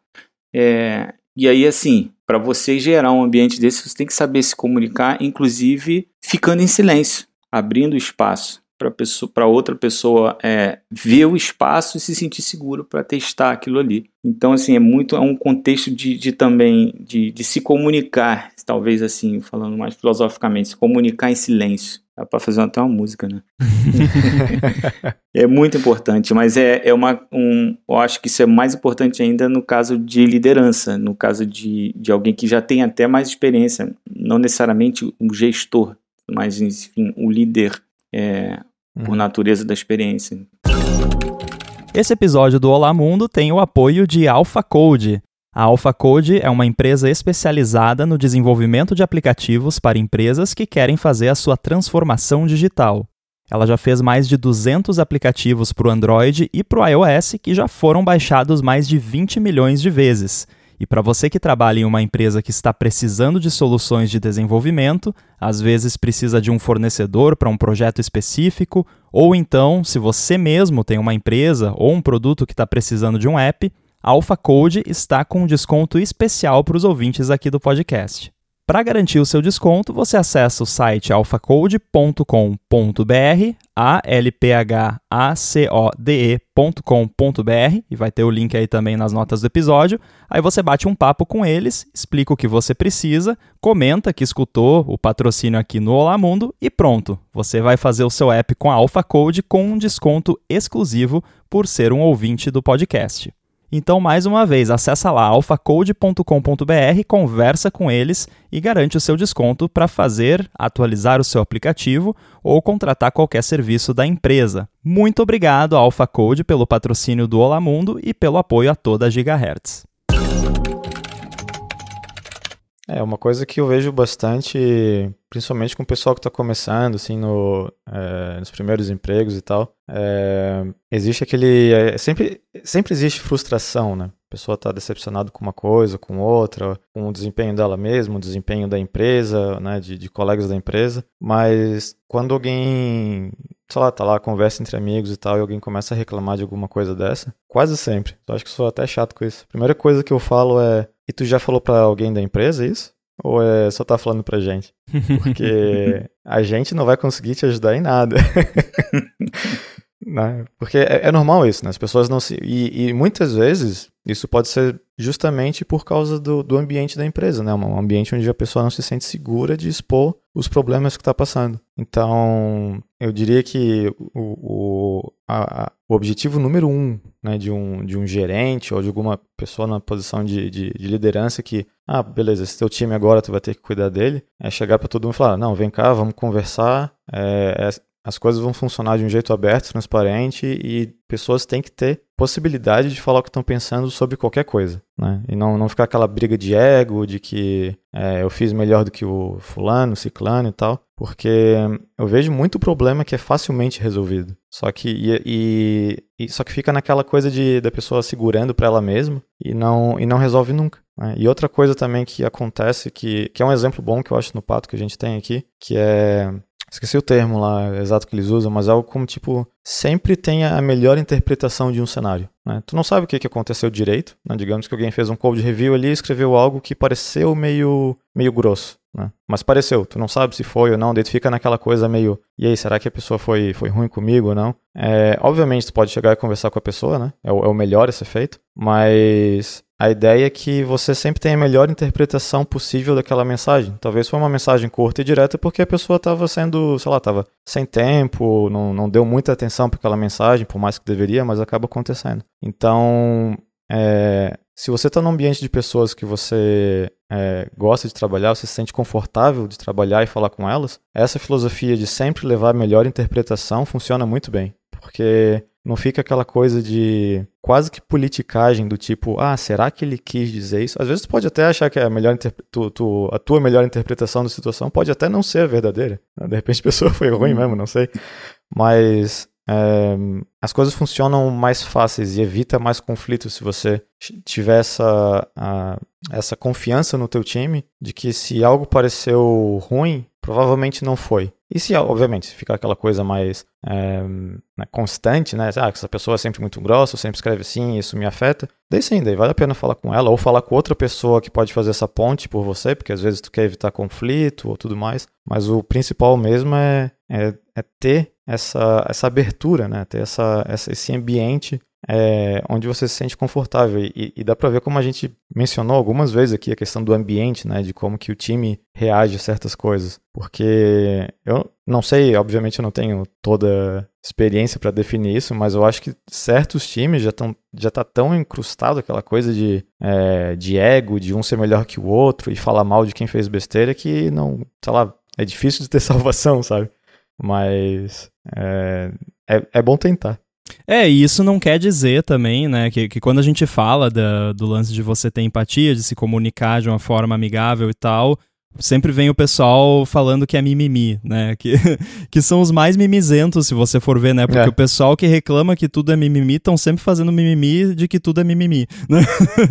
É, e aí, assim, para você gerar um ambiente desse, você tem que saber se comunicar, inclusive ficando em silêncio, abrindo espaço. para pessoa, para outra pessoa é, ver o espaço e se sentir seguro para testar aquilo ali. Então, assim, é muito é um contexto de, de também de, de se comunicar, talvez assim, falando mais filosoficamente, se comunicar em silêncio. Dá para fazer até uma música, né? É muito importante, mas é, é uma, um, eu acho que isso é mais importante ainda no caso de liderança, no caso de, de alguém que já tem até mais experiência, não necessariamente um gestor, mas, enfim, o líder é, uhum. por natureza da experiência. Esse episódio do Olá Mundo tem o apoio de AlphaCode. A AlphaCode é uma empresa especializada no desenvolvimento de aplicativos para empresas que querem fazer a sua transformação digital. Ela já fez mais de duzentos aplicativos para o Android e para o iOS que já foram baixados mais de vinte milhões de vezes. E para você que trabalha em uma empresa que está precisando de soluções de desenvolvimento, às vezes precisa de um fornecedor para um projeto específico, ou então, se você mesmo tem uma empresa ou um produto que está precisando de um app, a AlphaCode está com um desconto especial para os ouvintes aqui do podcast. Para garantir o seu desconto, você acessa o site alpha code ponto com ponto b r, a l p h a c o d e ponto com ponto b r, e vai ter o link aí também nas notas do episódio. Aí você bate um papo com eles, explica o que você precisa, comenta que escutou o patrocínio aqui no Olá Mundo e pronto. Você vai fazer o seu app com a AlphaCode com um desconto exclusivo por ser um ouvinte do podcast. Então, mais uma vez, acessa lá alpha code ponto com ponto b r, conversa com eles e garante o seu desconto para fazer, atualizar o seu aplicativo ou contratar qualquer serviço da empresa. Muito obrigado à AlphaCode pelo patrocínio do Olá Mundo e pelo apoio a toda a Gigahertz. É uma coisa que eu vejo bastante, principalmente com o pessoal que está começando, assim, no, é, nos primeiros empregos e tal. É, existe aquele... É, sempre, sempre existe frustração, né? A pessoa está decepcionada com uma coisa, com outra, com o desempenho dela mesma, o desempenho da empresa, né? De, de colegas da empresa. Mas quando alguém... sei lá, tá lá, conversa entre amigos e tal, e alguém começa a reclamar de alguma coisa dessa, quase sempre. Eu acho que sou até chato com isso. A primeira coisa que eu falo é, e tu já falou pra alguém da empresa isso? Ou é só tá falando pra gente? Porque a gente não vai conseguir te ajudar em nada. Né? Porque é, é normal isso, né? As pessoas não se... E, e muitas vezes isso pode ser justamente por causa do, do ambiente da empresa, né? Um ambiente onde a pessoa não se sente segura de expor os problemas que está passando. Então, eu diria que o, o, a, a, o objetivo número um, né, de, um, de um gerente ou de alguma pessoa na posição de, de, de liderança que, ah, beleza, esse teu time agora tu vai ter que cuidar dele, é chegar para todo mundo e falar, não, vem cá, vamos conversar, é, é, as coisas vão funcionar de um jeito aberto, transparente e pessoas têm que ter possibilidade de falar o que estão pensando sobre qualquer coisa, né? E não, não ficar aquela briga de ego, de que é, eu fiz melhor do que o fulano, o ciclano e tal, porque eu vejo muito problema que é facilmente resolvido, só que, e, e, e, só que fica naquela coisa de, da pessoa segurando para ela mesma e não, e não resolve nunca, né? E outra coisa também que acontece, que, que é um exemplo bom que eu acho no Pato que a gente tem aqui, que é... esqueci o termo lá exato que eles usam, mas é algo como, tipo, sempre tenha a melhor interpretação de um cenário, né? Tu não sabe o que aconteceu direito, né? Digamos que alguém fez um code review ali e escreveu algo que pareceu meio, meio grosso, né? Mas pareceu, tu não sabe se foi ou não, daí tu fica naquela coisa meio, e aí, será que a pessoa foi, foi ruim comigo ou não? É, obviamente tu pode chegar e conversar com a pessoa, né? É o, é o melhor a ser feito, mas... a ideia é que você sempre tenha a melhor interpretação possível daquela mensagem. Talvez foi uma mensagem curta e direta porque a pessoa estava sendo, sei lá, estava sem tempo, não, não deu muita atenção para aquela mensagem, por mais que deveria, mas acaba acontecendo. Então, é, se você está num ambiente de pessoas que você é, gosta de trabalhar, você se sente confortável de trabalhar e falar com elas, essa filosofia de sempre levar a melhor interpretação funciona muito bem. Porque não fica aquela coisa de quase que politicagem do tipo, ah, será que ele quis dizer isso? Às vezes tu pode até achar que a, melhor interpre- tu, tu, a tua melhor interpretação da situação pode até não ser a verdadeira. De repente a pessoa foi ruim mesmo, não sei. Mas é, as coisas funcionam mais fáceis e evita mais conflitos se você tiver essa, a, essa confiança no teu time de que se algo pareceu ruim, provavelmente não foi. E se, obviamente, se ficar aquela coisa mais é, né, constante, né? Ah, essa pessoa é sempre muito grossa, sempre escreve assim, isso me afeta. Daí sim, daí vale a pena falar com ela, ou falar com outra pessoa que pode fazer essa ponte por você, porque às vezes tu quer evitar conflito ou tudo mais. Mas o principal mesmo é, é, é ter essa, essa abertura, né? Ter essa, essa, esse ambiente é, onde você se sente confortável. E, e dá pra ver como a gente mencionou algumas vezes aqui a questão do ambiente, né? De como que o time reage a certas coisas. Porque eu não sei, obviamente eu não tenho toda experiência para definir isso, mas eu acho que certos times já estão já tá tão incrustado aquela coisa de, é, de ego, de um ser melhor que o outro e falar mal de quem fez besteira que não, sei lá, é difícil de ter salvação, sabe? Mas é, é, é bom tentar. É, e isso não quer dizer também, né, que, que quando a gente fala da, do lance de você ter empatia, de se comunicar de uma forma amigável e tal, sempre vem o pessoal falando que é mimimi, né, que, que são os mais mimizentos, se você for ver, né, porque é. o pessoal que reclama que tudo é mimimi estão sempre fazendo mimimi de que tudo é mimimi, né?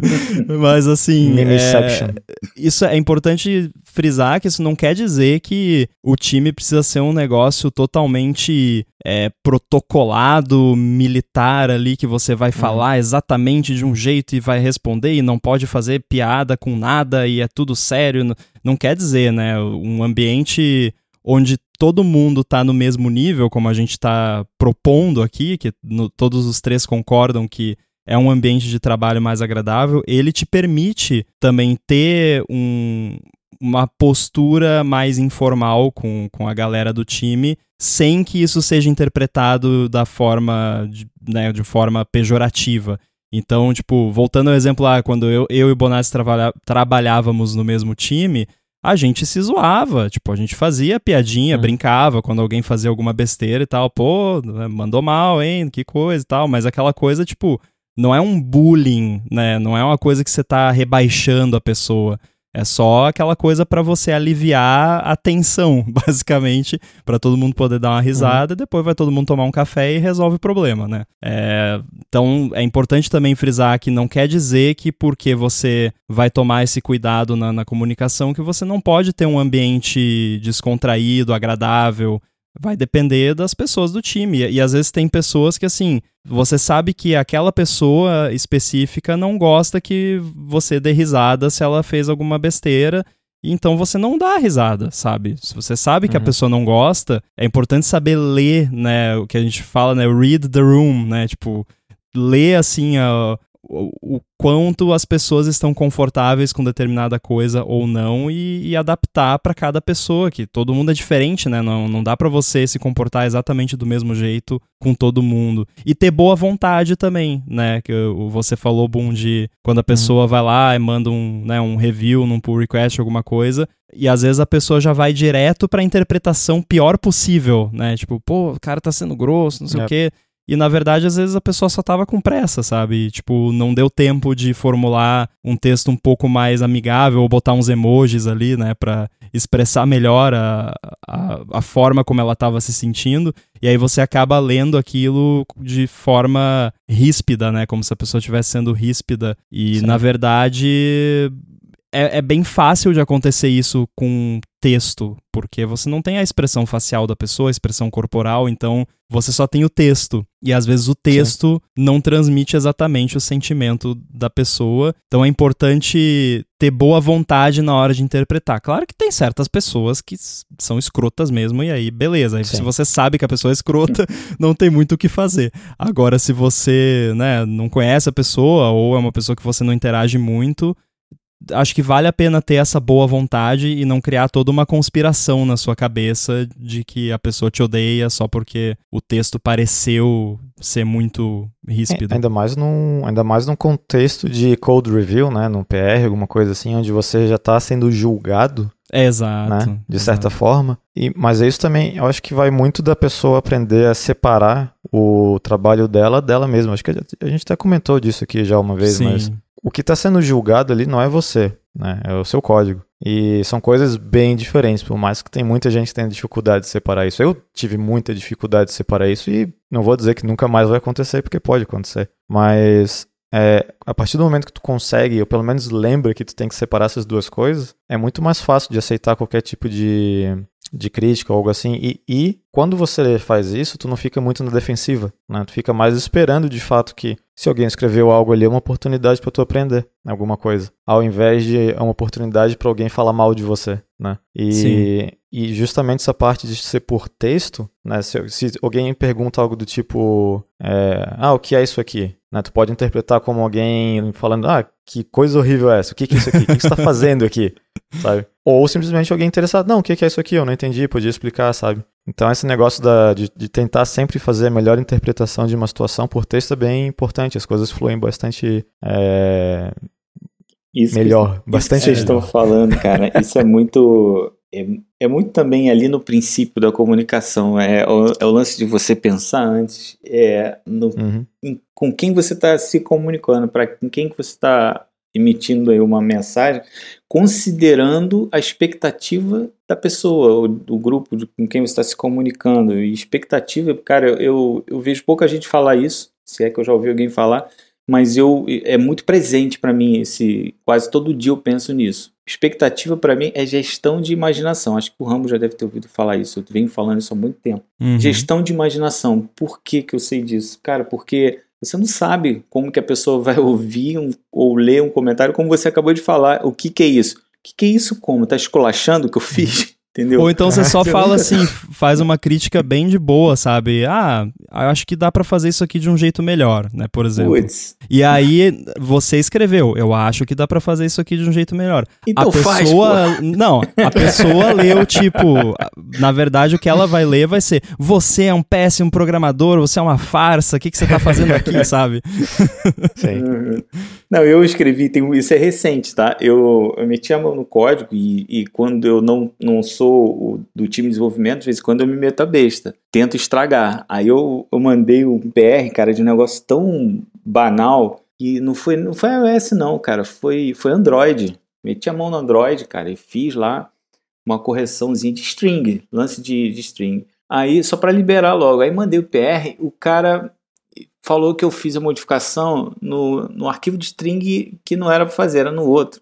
Mas assim, é, isso é importante frisar que isso não quer dizer que o time precisa ser um negócio totalmente é, protocolado, militar ali, que você vai falar uhum. exatamente de um jeito e vai responder e não pode fazer piada com nada e é tudo sério. Não quer dizer, né? Um ambiente onde todo mundo tá no mesmo nível, como a gente tá propondo aqui, que no, todos os três concordam que é um ambiente de trabalho mais agradável, ele te permite também ter um, uma postura mais informal com, com a galera do time, sem que isso seja interpretado da forma, de, né, de forma pejorativa. Então, tipo, voltando ao exemplo lá, quando eu, eu e o Bonatti trabalha, trabalhávamos no mesmo time, a gente se zoava, tipo, a gente fazia piadinha, hum. brincava quando alguém fazia alguma besteira e tal, pô, mandou mal, hein, que coisa e tal, mas aquela coisa, tipo, não é um bullying, né, não é uma coisa que você tá rebaixando a pessoa. É só aquela coisa pra você aliviar a tensão, basicamente, pra todo mundo poder dar uma risada, uhum. depois vai todo mundo tomar um café e resolve o problema, né? É, então, é importante também frisar que não quer dizer que porque você vai tomar esse cuidado na, na comunicação, que você não pode ter um ambiente descontraído, agradável. Vai depender das pessoas do time. E, e às vezes tem pessoas que, assim, você sabe que aquela pessoa específica não gosta que você dê risada se ela fez alguma besteira, e então você não dá risada, sabe? Se você sabe uhum. que a pessoa não gosta, é importante saber ler, né, o que a gente fala, né, read the room, né, tipo, ler, assim, a... O, o quanto as pessoas estão confortáveis com determinada coisa ou não e, e adaptar para cada pessoa, que todo mundo é diferente, né? Não, não dá para você se comportar exatamente do mesmo jeito com todo mundo. E ter boa vontade também, né? Que você falou, Boom, de quando a pessoa uhum. vai lá e manda um, né, um review num pull request, alguma coisa, e às vezes a pessoa já vai direto pra interpretação pior possível, né? Tipo, pô, o cara tá sendo grosso, não sei yep. o quê. E, na verdade, às vezes a pessoa só tava com pressa, sabe? E, tipo, não deu tempo de formular um texto um pouco mais amigável ou botar uns emojis ali, né? Pra expressar melhor a, a, a forma como ela tava se sentindo. E aí você acaba lendo aquilo de forma ríspida, né? Como se a pessoa estivesse sendo ríspida. E, Sim. na verdade... É, é bem fácil de acontecer isso com texto, porque você não tem a expressão facial da pessoa, a expressão corporal, então você só tem o texto. E às vezes o texto Sim. não transmite exatamente o sentimento da pessoa. Então é importante ter boa vontade na hora de interpretar. Claro que tem certas pessoas que são escrotas mesmo, e aí beleza. Aí, se você sabe que a pessoa é escrota, não tem muito o que fazer. Agora, se você, né, não conhece a pessoa, ou é uma pessoa que você não interage muito, acho que vale a pena ter essa boa vontade e não criar toda uma conspiração na sua cabeça de que a pessoa te odeia só porque o texto pareceu ser muito ríspido. É, ainda mais num, ainda mais num contexto de code review, né, num P R, alguma coisa assim, onde você já está sendo julgado. É, exato. Né, de certa exato. forma. E, mas isso também, eu acho que vai muito da pessoa aprender a separar o trabalho dela dela mesma. Acho que a gente até comentou disso aqui já uma vez, Sim. mas... O que está sendo julgado ali não é você, né? É o seu código. E são coisas bem diferentes, por mais que tem muita gente que tenha dificuldade de separar isso. Eu tive muita dificuldade de separar isso e não vou dizer que nunca mais vai acontecer, porque pode acontecer. Mas é, a partir do momento que tu consegue, ou pelo menos lembra que tu tem que separar essas duas coisas, é muito mais fácil de aceitar qualquer tipo de de crítica ou algo assim. E, e quando você faz isso, tu não fica muito na defensiva, né? Tu fica mais esperando de fato que se alguém escreveu algo ali, é uma oportunidade para tu aprender alguma coisa, ao invés de é uma oportunidade para alguém falar mal de você, né? E, e justamente essa parte de ser por texto, né? Se, se alguém pergunta algo do tipo, é, ah, o que é isso aqui? Né? Tu pode interpretar como alguém falando, ah, que coisa horrível é essa? O que, que é isso aqui? O que, que você está fazendo aqui? Sabe? Ou simplesmente alguém interessado, não, o que, que é isso aqui? Eu não entendi, podia explicar, sabe? Então esse negócio da, de, de tentar sempre fazer a melhor interpretação de uma situação por texto é bem importante, as coisas fluem bastante é, isso melhor. Que, bastante isso que vocês estão falando, cara, isso é muito... É, é muito também ali no princípio da comunicação, é o, é o lance de você pensar antes, é no, uhum. em, com quem você está se comunicando, para quem que você está emitindo aí uma mensagem, considerando a expectativa da pessoa, do grupo de, com quem você está se comunicando. E expectativa, cara, eu, eu vejo pouca gente falar isso, se é que eu já ouvi alguém falar, mas eu, é muito presente para mim, esse, quase todo dia eu penso nisso. Expectativa para mim é gestão de imaginação. Acho que o Rambo já deve ter ouvido falar isso, eu venho falando isso há muito tempo. Uhum. Gestão de imaginação. Por que que eu sei disso? Cara, porque você não sabe como que a pessoa vai ouvir um, ou ler um comentário, como você acabou de falar. O que que é isso? O que que é isso como? Tá esculachando o que eu fiz? Entendeu? Ou então você só fala assim, faz uma crítica bem de boa, sabe? Ah, eu acho que dá pra fazer isso aqui de um jeito melhor, né, por exemplo. Puts. E aí você escreveu, eu acho que dá pra fazer isso aqui de um jeito melhor. Então a pessoa, faz, não, a pessoa leu tipo, na verdade o que ela vai ler vai ser, você é um péssimo programador, você é uma farsa, o que que você tá fazendo aqui, sabe? Sim. Uhum. Não, eu escrevi, tem, isso é recente, tá? Eu, eu meti a mão no código e, e quando eu não, não sou o, do time de desenvolvimento, às vezes quando eu me meto a besta, tento estragar. Aí eu, eu mandei um P R, cara, de um negócio tão banal que não foi, não foi iOS não, cara, foi, foi Android. Meti a mão no Android, cara, e fiz lá uma correçãozinha de string, lance de, de string. Aí, só para liberar logo, aí mandei o P R, o cara falou que eu fiz a modificação no, no arquivo de string que não era para fazer, era no outro.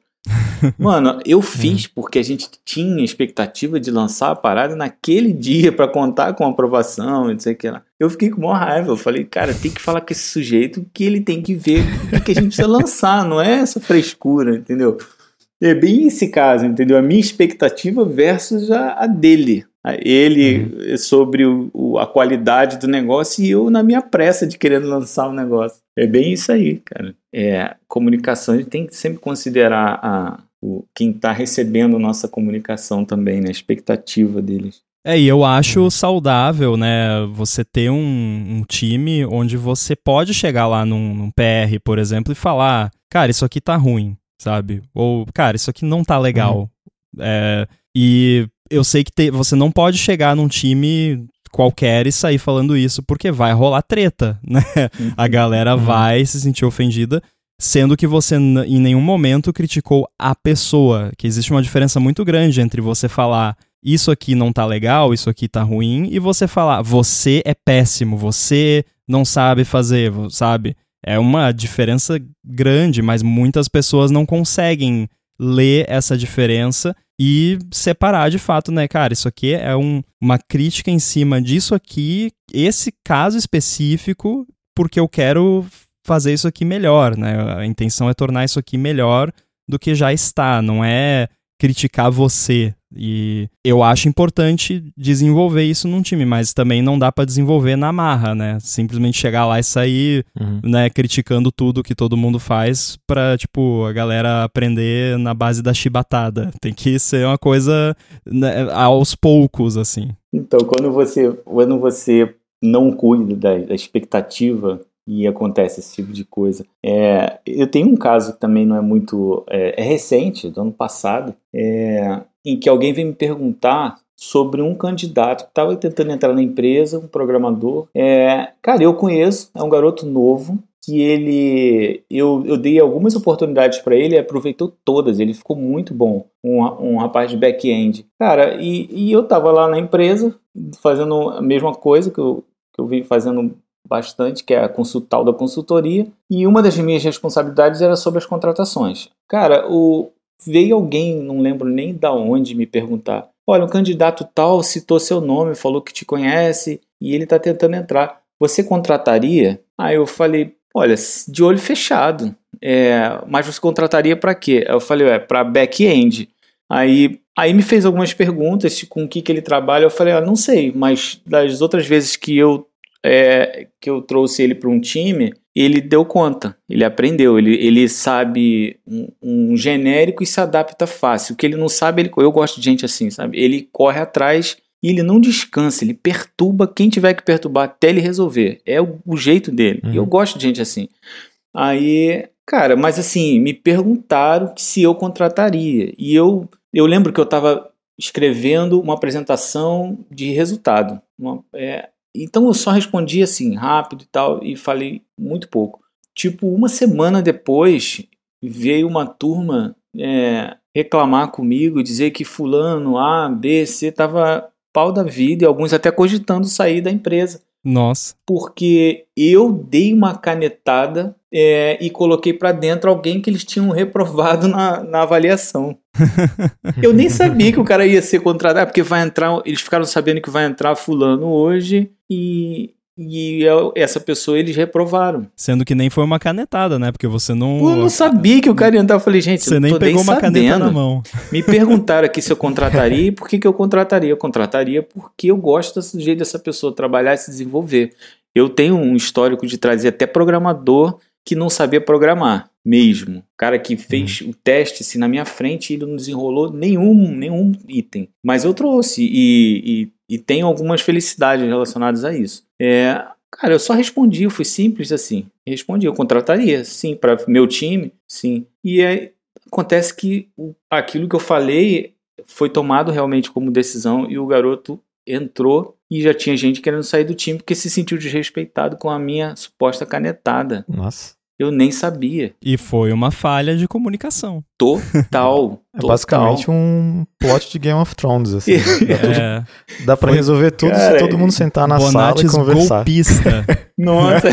Mano, eu fiz porque a gente tinha expectativa de lançar a parada naquele dia para contar com a aprovação, não sei o que lá. Eu fiquei com maior raiva, eu falei, cara, tem que falar com esse sujeito que ele tem que ver o que a gente precisa lançar, não é essa frescura, entendeu? É bem esse caso, entendeu? A minha expectativa versus a, a dele. Ele uhum. sobre o, o, a qualidade do negócio e eu na minha pressa de querer lançar o negócio. É bem isso aí, cara. É, comunicação, a gente tem que sempre considerar a, o, quem está recebendo nossa comunicação também, né? A expectativa deles. É, e eu acho uhum. saudável, né, você ter um, um time onde você pode chegar lá num, num P R, por exemplo, e falar, cara, isso aqui tá ruim, sabe? Ou, cara, isso aqui não tá legal. Uhum. É, e eu sei que te, você não pode chegar num time qualquer e sair falando isso, porque vai rolar treta, né? Uhum. A galera uhum. vai se sentir ofendida, sendo que você n- em nenhum momento criticou a pessoa, que existe uma diferença muito grande entre você falar isso aqui não tá legal, isso aqui tá ruim, e você falar você é péssimo, você não sabe fazer, sabe? É uma diferença grande, mas muitas pessoas não conseguem ler essa diferença e separar de fato, né, cara, isso aqui é um, uma crítica em cima disso aqui, esse caso específico, porque eu quero fazer isso aqui melhor, né, a intenção é tornar isso aqui melhor do que já está, não é criticar você, e eu acho importante desenvolver isso num time, mas também não dá pra desenvolver na marra, né, simplesmente chegar lá e sair, uhum. né, criticando tudo que todo mundo faz pra, tipo, a galera aprender na base da chibatada, tem que ser uma coisa, né, aos poucos, assim. Então, quando você, quando você não cuida da, da expectativa e acontece esse tipo de coisa. É, eu tenho um caso que também não é muito... É, é recente, do ano passado, é, em que alguém veio me perguntar sobre um candidato que estava tentando entrar na empresa, um programador. É, cara, eu conheço, é um garoto novo, que ele... Eu, eu dei algumas oportunidades para ele e aproveitou todas, ele ficou muito bom, um, um rapaz de back-end. Cara, e, e eu estava lá na empresa, fazendo a mesma coisa que eu, que eu vim fazendo bastante, que é a consultal da consultoria, e uma das minhas responsabilidades era sobre as contratações. Cara, o, veio alguém, não lembro nem da onde, me perguntar, olha, um candidato tal citou seu nome, falou que te conhece e ele está tentando entrar. Você contrataria? Aí eu falei, olha, de olho fechado. É, mas você contrataria para quê? Eu falei, é, para back-end. Aí, aí me fez algumas perguntas com o que, que ele trabalha. Eu falei, ah, não sei, mas das outras vezes que eu, é, que eu trouxe ele para um time, ele deu conta, ele aprendeu, ele, ele sabe um, um genérico e se adapta fácil. O que ele não sabe, ele, eu gosto de gente assim, sabe? Ele corre atrás e ele não descansa, ele perturba quem tiver que perturbar até ele resolver. É o, o jeito dele. Uhum. Eu gosto de gente assim. Aí, cara, mas assim, me perguntaram se eu contrataria. E eu, eu lembro que eu estava escrevendo uma apresentação de resultado. Uma, é, então eu só respondi assim, rápido e tal, e falei muito pouco. Tipo, uma semana depois, veio uma turma é, reclamar comigo, dizer que fulano A, B, C estava pau da vida e alguns até cogitando sair da empresa. Nossa. Porque eu dei uma canetada é, e coloquei pra dentro alguém que eles tinham reprovado na, na avaliação. Eu nem sabia que o cara ia ser contratado, porque vai entrar, eles ficaram sabendo que vai entrar fulano hoje e, e essa pessoa eles reprovaram. Sendo que nem foi uma canetada, né? Porque você não... Eu não sabia que o cara ia entrar. Eu falei, gente, você eu nem tô pegou nem uma sabendo. caneta na mão. Me perguntaram aqui se eu contrataria e por que, que eu contrataria. Eu contrataria porque eu gosto do jeito dessa pessoa trabalhar e se desenvolver. Eu tenho um histórico de trazer até programador que não sabia programar mesmo. O cara que fez uhum. o teste assim, na minha frente e ele não desenrolou nenhum, nenhum item. Mas eu trouxe e, e, e tenho algumas felicidades relacionadas a isso. É... Cara, eu só respondi, eu fui simples assim. Respondi, eu contrataria, sim, para meu time, sim. E aí, acontece que o, aquilo que eu falei foi tomado realmente como decisão e o garoto entrou e já tinha gente querendo sair do time porque se sentiu desrespeitado com a minha suposta canetada. Nossa. Eu nem sabia. E foi uma falha de comunicação. Total. É basicamente um plot de Game of Thrones, assim. Dá, tudo, é. dá pra foi, resolver tudo cara, se todo mundo sentar na Bonates sala e conversar. Golpista. Nossa.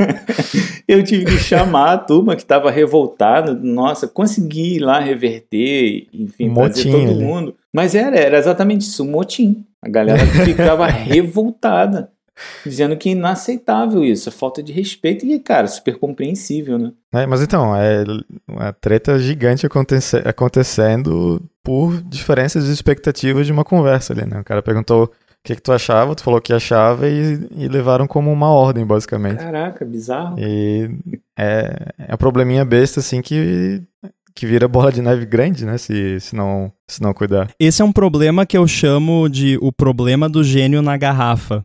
Eu tive que chamar a turma que tava revoltada. Nossa, consegui ir lá reverter, enfim, um trazer motim, todo ali. mundo. Mas era, era exatamente isso, um motim. A galera ficava revoltada. Dizendo que é inaceitável isso, é falta de respeito e, cara, super compreensível, né? É, mas então, é uma treta gigante acontece, acontecendo por diferenças de expectativas de uma conversa ali, né? O cara perguntou o que, que tu achava, tu falou que achava e, e levaram como uma ordem, basicamente. Caraca, bizarro. E é, é um probleminha besta, assim, que... que vira bola de neve grande, né, se, se, não, se não cuidar. Esse é um problema que eu chamo de o problema do gênio na garrafa,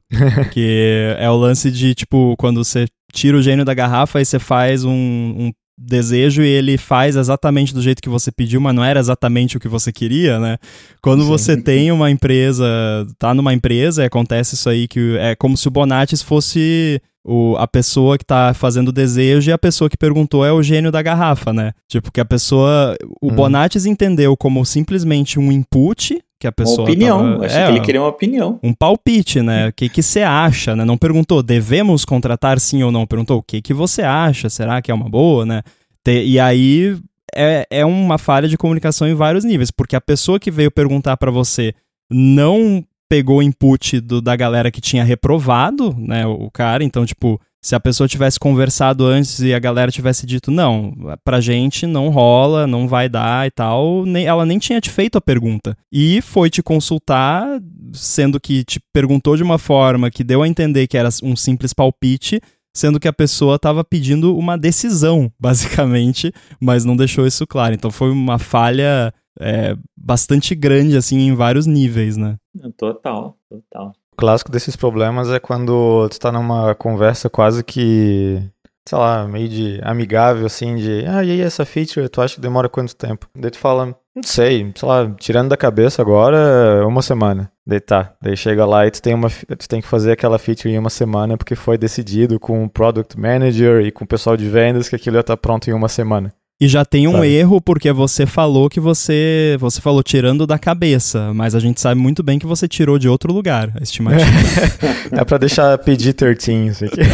que é o lance de, tipo, quando você tira o gênio da garrafa e você faz um, um desejo e ele faz exatamente do jeito que você pediu, mas não era exatamente o que você queria, né? Quando Sim. você tem uma empresa, tá numa empresa, acontece isso aí, que é como se o Bonates fosse... O, a pessoa que tá fazendo o desejo e a pessoa que perguntou é o gênio da garrafa, né? Tipo, que a pessoa... O hum. Bonates entendeu como simplesmente um input, que a pessoa... Uma opinião, tava, achei é, que ele queria uma opinião. Um palpite, né? O que que você acha, né? Não perguntou, devemos contratar sim ou não? Perguntou, o que que você acha? Será que é uma boa, né? Te, e aí, é, é uma falha de comunicação em vários níveis, porque a pessoa que veio perguntar pra você não... pegou o input do, da galera que tinha reprovado, né, o cara, então, tipo, se a pessoa tivesse conversado antes e a galera tivesse dito, não, pra gente não rola, não vai dar e tal, nem, ela nem tinha te feito a pergunta. E foi te consultar, sendo que te perguntou de uma forma que deu a entender que era um simples palpite, sendo que a pessoa estava pedindo uma decisão, basicamente, mas não deixou isso claro. Então foi uma falha... É, bastante grande, assim, em vários níveis, né? Total, total. O clássico desses problemas é quando tu tá numa conversa quase que, sei lá, meio de amigável, assim, de, ah, e aí essa feature, tu acha que demora quanto tempo? Daí tu fala, não sei, sei lá, tirando da cabeça agora, uma semana. Daí tá, daí chega lá e tu tem, uma, tu tem que fazer aquela feature em uma semana porque foi decidido com o Product Manager e com o pessoal de vendas que aquilo ia estar pronto em uma semana. E já tem um Sabe? erro, porque você falou que você, você falou tirando da cabeça, mas a gente sabe muito bem que você tirou de outro lugar a estimativa. É pra deixar P G treze isso aqui.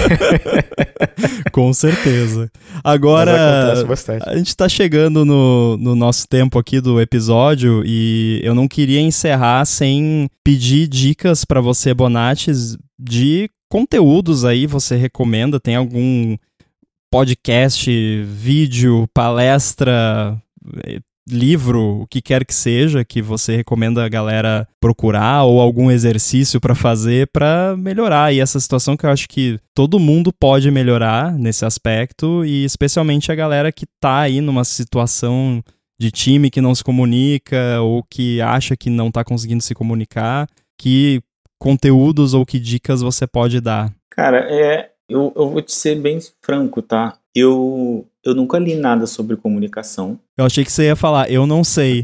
Com certeza. Agora, Mas acontece bastante. a gente tá chegando no, no nosso tempo aqui do episódio e eu não queria encerrar sem pedir dicas pra você, Bonates, de conteúdos aí você recomenda. Tem algum podcast, vídeo, palestra, livro, o que quer que seja, que você recomenda a galera procurar, ou algum exercício para fazer para melhorar aí essa situação, que eu acho que todo mundo pode melhorar nesse aspecto, e especialmente a galera que tá aí numa situação de time que não se comunica ou que acha que não tá conseguindo se comunicar. Que conteúdos ou que dicas você pode dar? Cara, é, eu, eu vou te ser bem franco, tá? Eu, eu nunca li nada sobre comunicação. Eu achei que você ia falar, eu não sei.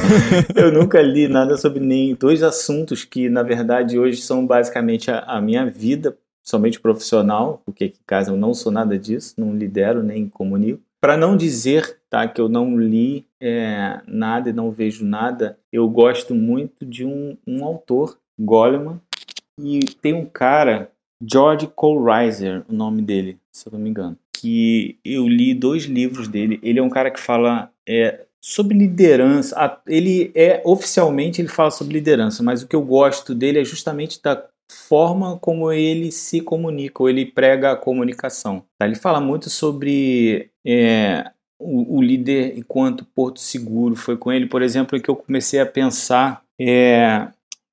Eu nunca li nada sobre nem dois assuntos que, na verdade, hoje são basicamente a, a minha vida, somente profissional, porque aqui em casa eu não sou nada disso, não lidero nem comunico. Para não dizer, tá, que eu não li é, nada e não vejo nada, eu gosto muito de um, um autor, Goleman, e tem um cara, George Kohlreiser, o nome dele, se eu não me engano, que eu li dois livros dele. Ele é um cara que fala é, sobre liderança. Ele é, oficialmente, ele fala sobre liderança, mas o que eu gosto dele é justamente da forma como ele se comunica, ou ele prega a comunicação. Tá? Ele fala muito sobre é, o, o líder enquanto porto seguro. Foi com ele, por exemplo, que eu comecei a pensar é,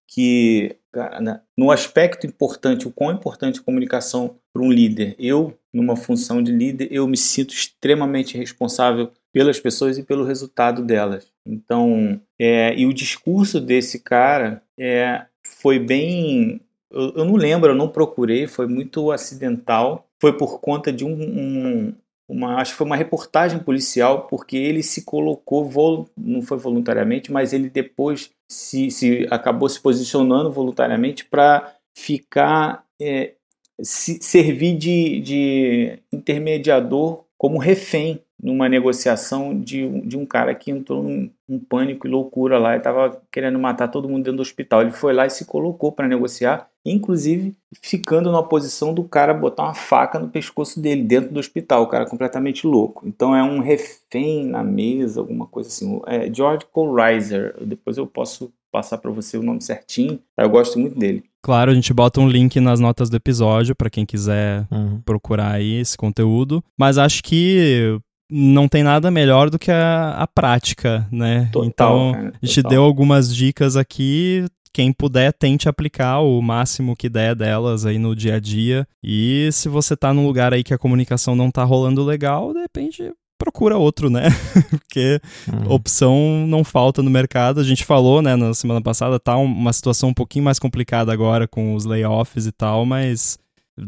que, cara, no aspecto importante, o quão importante é a comunicação para um líder. Eu, numa função de líder, eu me sinto extremamente responsável pelas pessoas e pelo resultado delas. Então, é, e o discurso desse cara é, foi bem... Eu, eu não lembro, eu não procurei, foi muito acidental. Foi por conta de um... um uma, acho que foi uma reportagem policial, porque ele se colocou, vol, não foi voluntariamente, mas ele depois se, se acabou se posicionando voluntariamente para ficar... É, se servir de, de intermediador como refém numa negociação de, de um cara que entrou num, num pânico e loucura lá e estava querendo matar todo mundo dentro do hospital. Ele foi lá e se colocou para negociar, inclusive ficando na posição do cara botar uma faca no pescoço dele dentro do hospital, o cara completamente louco. Então é um refém na mesa, alguma coisa assim. É George Kohlreiser, depois eu posso passar para você o nome certinho, eu gosto muito dele. Claro, a gente bota um link nas notas do episódio para quem quiser Uhum. procurar aí esse conteúdo, mas acho que não tem nada melhor do que a, a prática, né? Total, então, cara, a gente total. deu algumas dicas aqui, quem puder tente aplicar o máximo que der delas aí no dia a dia, e se você tá num lugar aí que a comunicação não tá rolando legal, de repente procura outro, né? Porque Uhum. opção não falta no mercado. A gente falou, né, na semana passada, tá uma situação um pouquinho mais complicada agora com os layoffs e tal, mas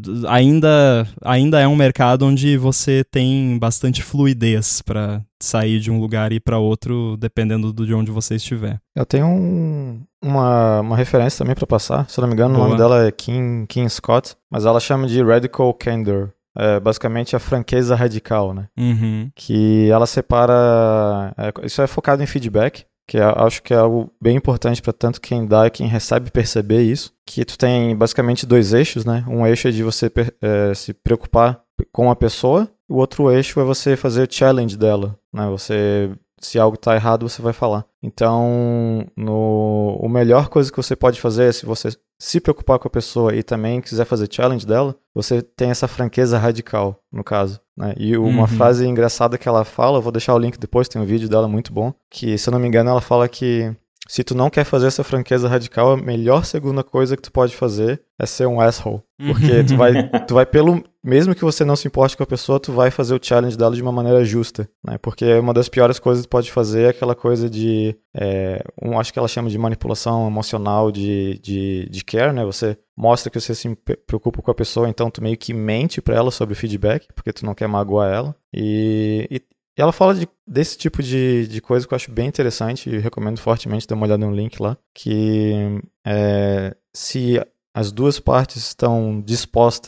ainda, ainda é um mercado onde você tem bastante fluidez para sair de um lugar e ir para outro, dependendo de onde você estiver. Eu tenho um, uma, uma referência também para passar. Se eu não me engano, Boa. o nome dela é Kim, Kim Scott, mas ela chama de Radical Candor. É basicamente a franqueza radical, né? Uhum. Que ela separa... É, isso é focado em feedback, que é, acho que é algo bem importante para tanto quem dá e quem recebe perceber isso. Que tu tem basicamente dois eixos, né? Um eixo é de você é, se preocupar com a pessoa, o outro eixo é você fazer o challenge dela, né? Você... Se algo está errado, você vai falar. Então, no, a melhor coisa que você pode fazer é se você se preocupar com a pessoa e também quiser fazer challenge dela, você tem essa franqueza radical, no caso. Né? E uma Uhum. frase engraçada que ela fala, eu vou deixar o link depois, tem um vídeo dela muito bom, que, se eu não me engano, ela fala que se tu não quer fazer essa franqueza radical, a melhor segunda coisa que tu pode fazer é ser um asshole. Porque tu vai, tu vai pelo... Mesmo que você não se importe com a pessoa, tu vai fazer o challenge dela de uma maneira justa, né? Porque uma das piores coisas que tu pode fazer é aquela coisa de... É, um, acho que ela chama de manipulação emocional de, de, de care, né? Você mostra que você se preocupa com a pessoa, então tu meio que mente pra ela sobre o feedback, porque tu não quer magoar ela. E... e E ela fala de, desse tipo de, de coisa que eu acho bem interessante e recomendo fortemente dar uma olhada no link lá, que é, se as duas partes estão dispostas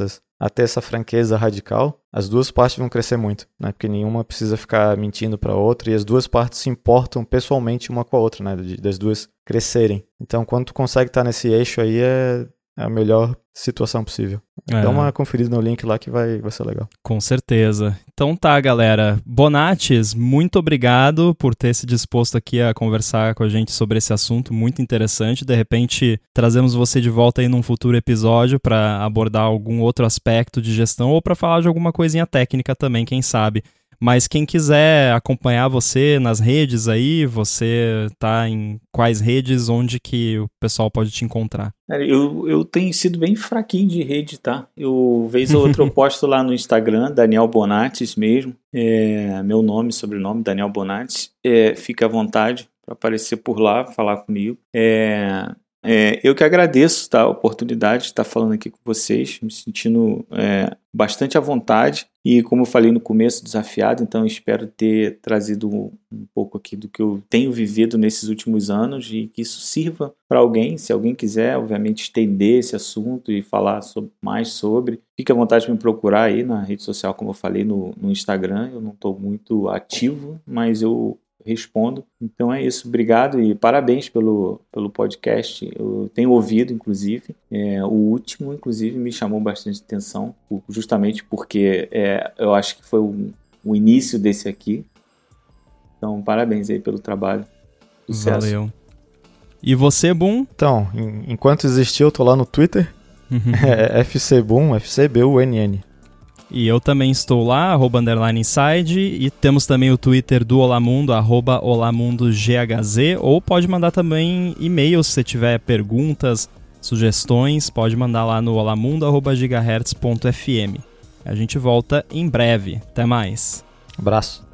a ter essa franqueza radical, as duas partes vão crescer muito, né? Porque nenhuma precisa ficar mentindo para a outra e as duas partes se importam pessoalmente uma com a outra, né? Das duas crescerem. Então, quando tu consegue estar nesse eixo aí, é a melhor situação possível. É. Dá uma conferida no link lá que vai, vai ser legal. Com certeza. Então tá, galera. Bonates, muito obrigado por ter se disposto aqui a conversar com a gente sobre esse assunto muito interessante. De repente, trazemos você de volta aí num futuro episódio para abordar algum outro aspecto de gestão ou para falar de alguma coisinha técnica também, quem sabe. Mas quem quiser acompanhar você nas redes aí, você tá em quais redes, onde que o pessoal pode te encontrar? Eu, eu tenho sido bem fraquinho de rede, tá? Eu, vez ou outra, eu posto lá no Instagram, Daniel Bonates mesmo. É, meu nome, sobrenome, Daniel Bonates. É, fica à vontade para aparecer por lá, falar comigo. É... É, eu que agradeço, tá, a oportunidade de estar falando aqui com vocês, me sentindo é, bastante à vontade e, como eu falei no começo, desafiado, então espero ter trazido um, um pouco aqui do que eu tenho vivido nesses últimos anos e que isso sirva para alguém, se alguém quiser, obviamente, estender esse assunto e falar sobre, mais sobre, fique à vontade de me procurar aí na rede social, como eu falei, no, no Instagram. Eu não estou muito ativo, mas eu respondo. Então é isso, obrigado e parabéns pelo, pelo podcast. Eu tenho ouvido, inclusive, é, o último, inclusive, me chamou bastante atenção, justamente porque é, eu acho que foi o, o início desse aqui. Então, parabéns aí pelo trabalho. Sucesso. Valeu. E você, Boom? Então, em, enquanto existir, eu tô lá no Twitter, é F C Boom, F C B U N N. E eu também estou lá, arroba underline inside, e temos também o Twitter do Olamundo, arroba olamundogHZ, ou pode mandar também e-mail se você tiver perguntas, sugestões, pode mandar lá no olamundo arroba gigahertz ponto f m. A gente volta em breve. Até mais. Abraço.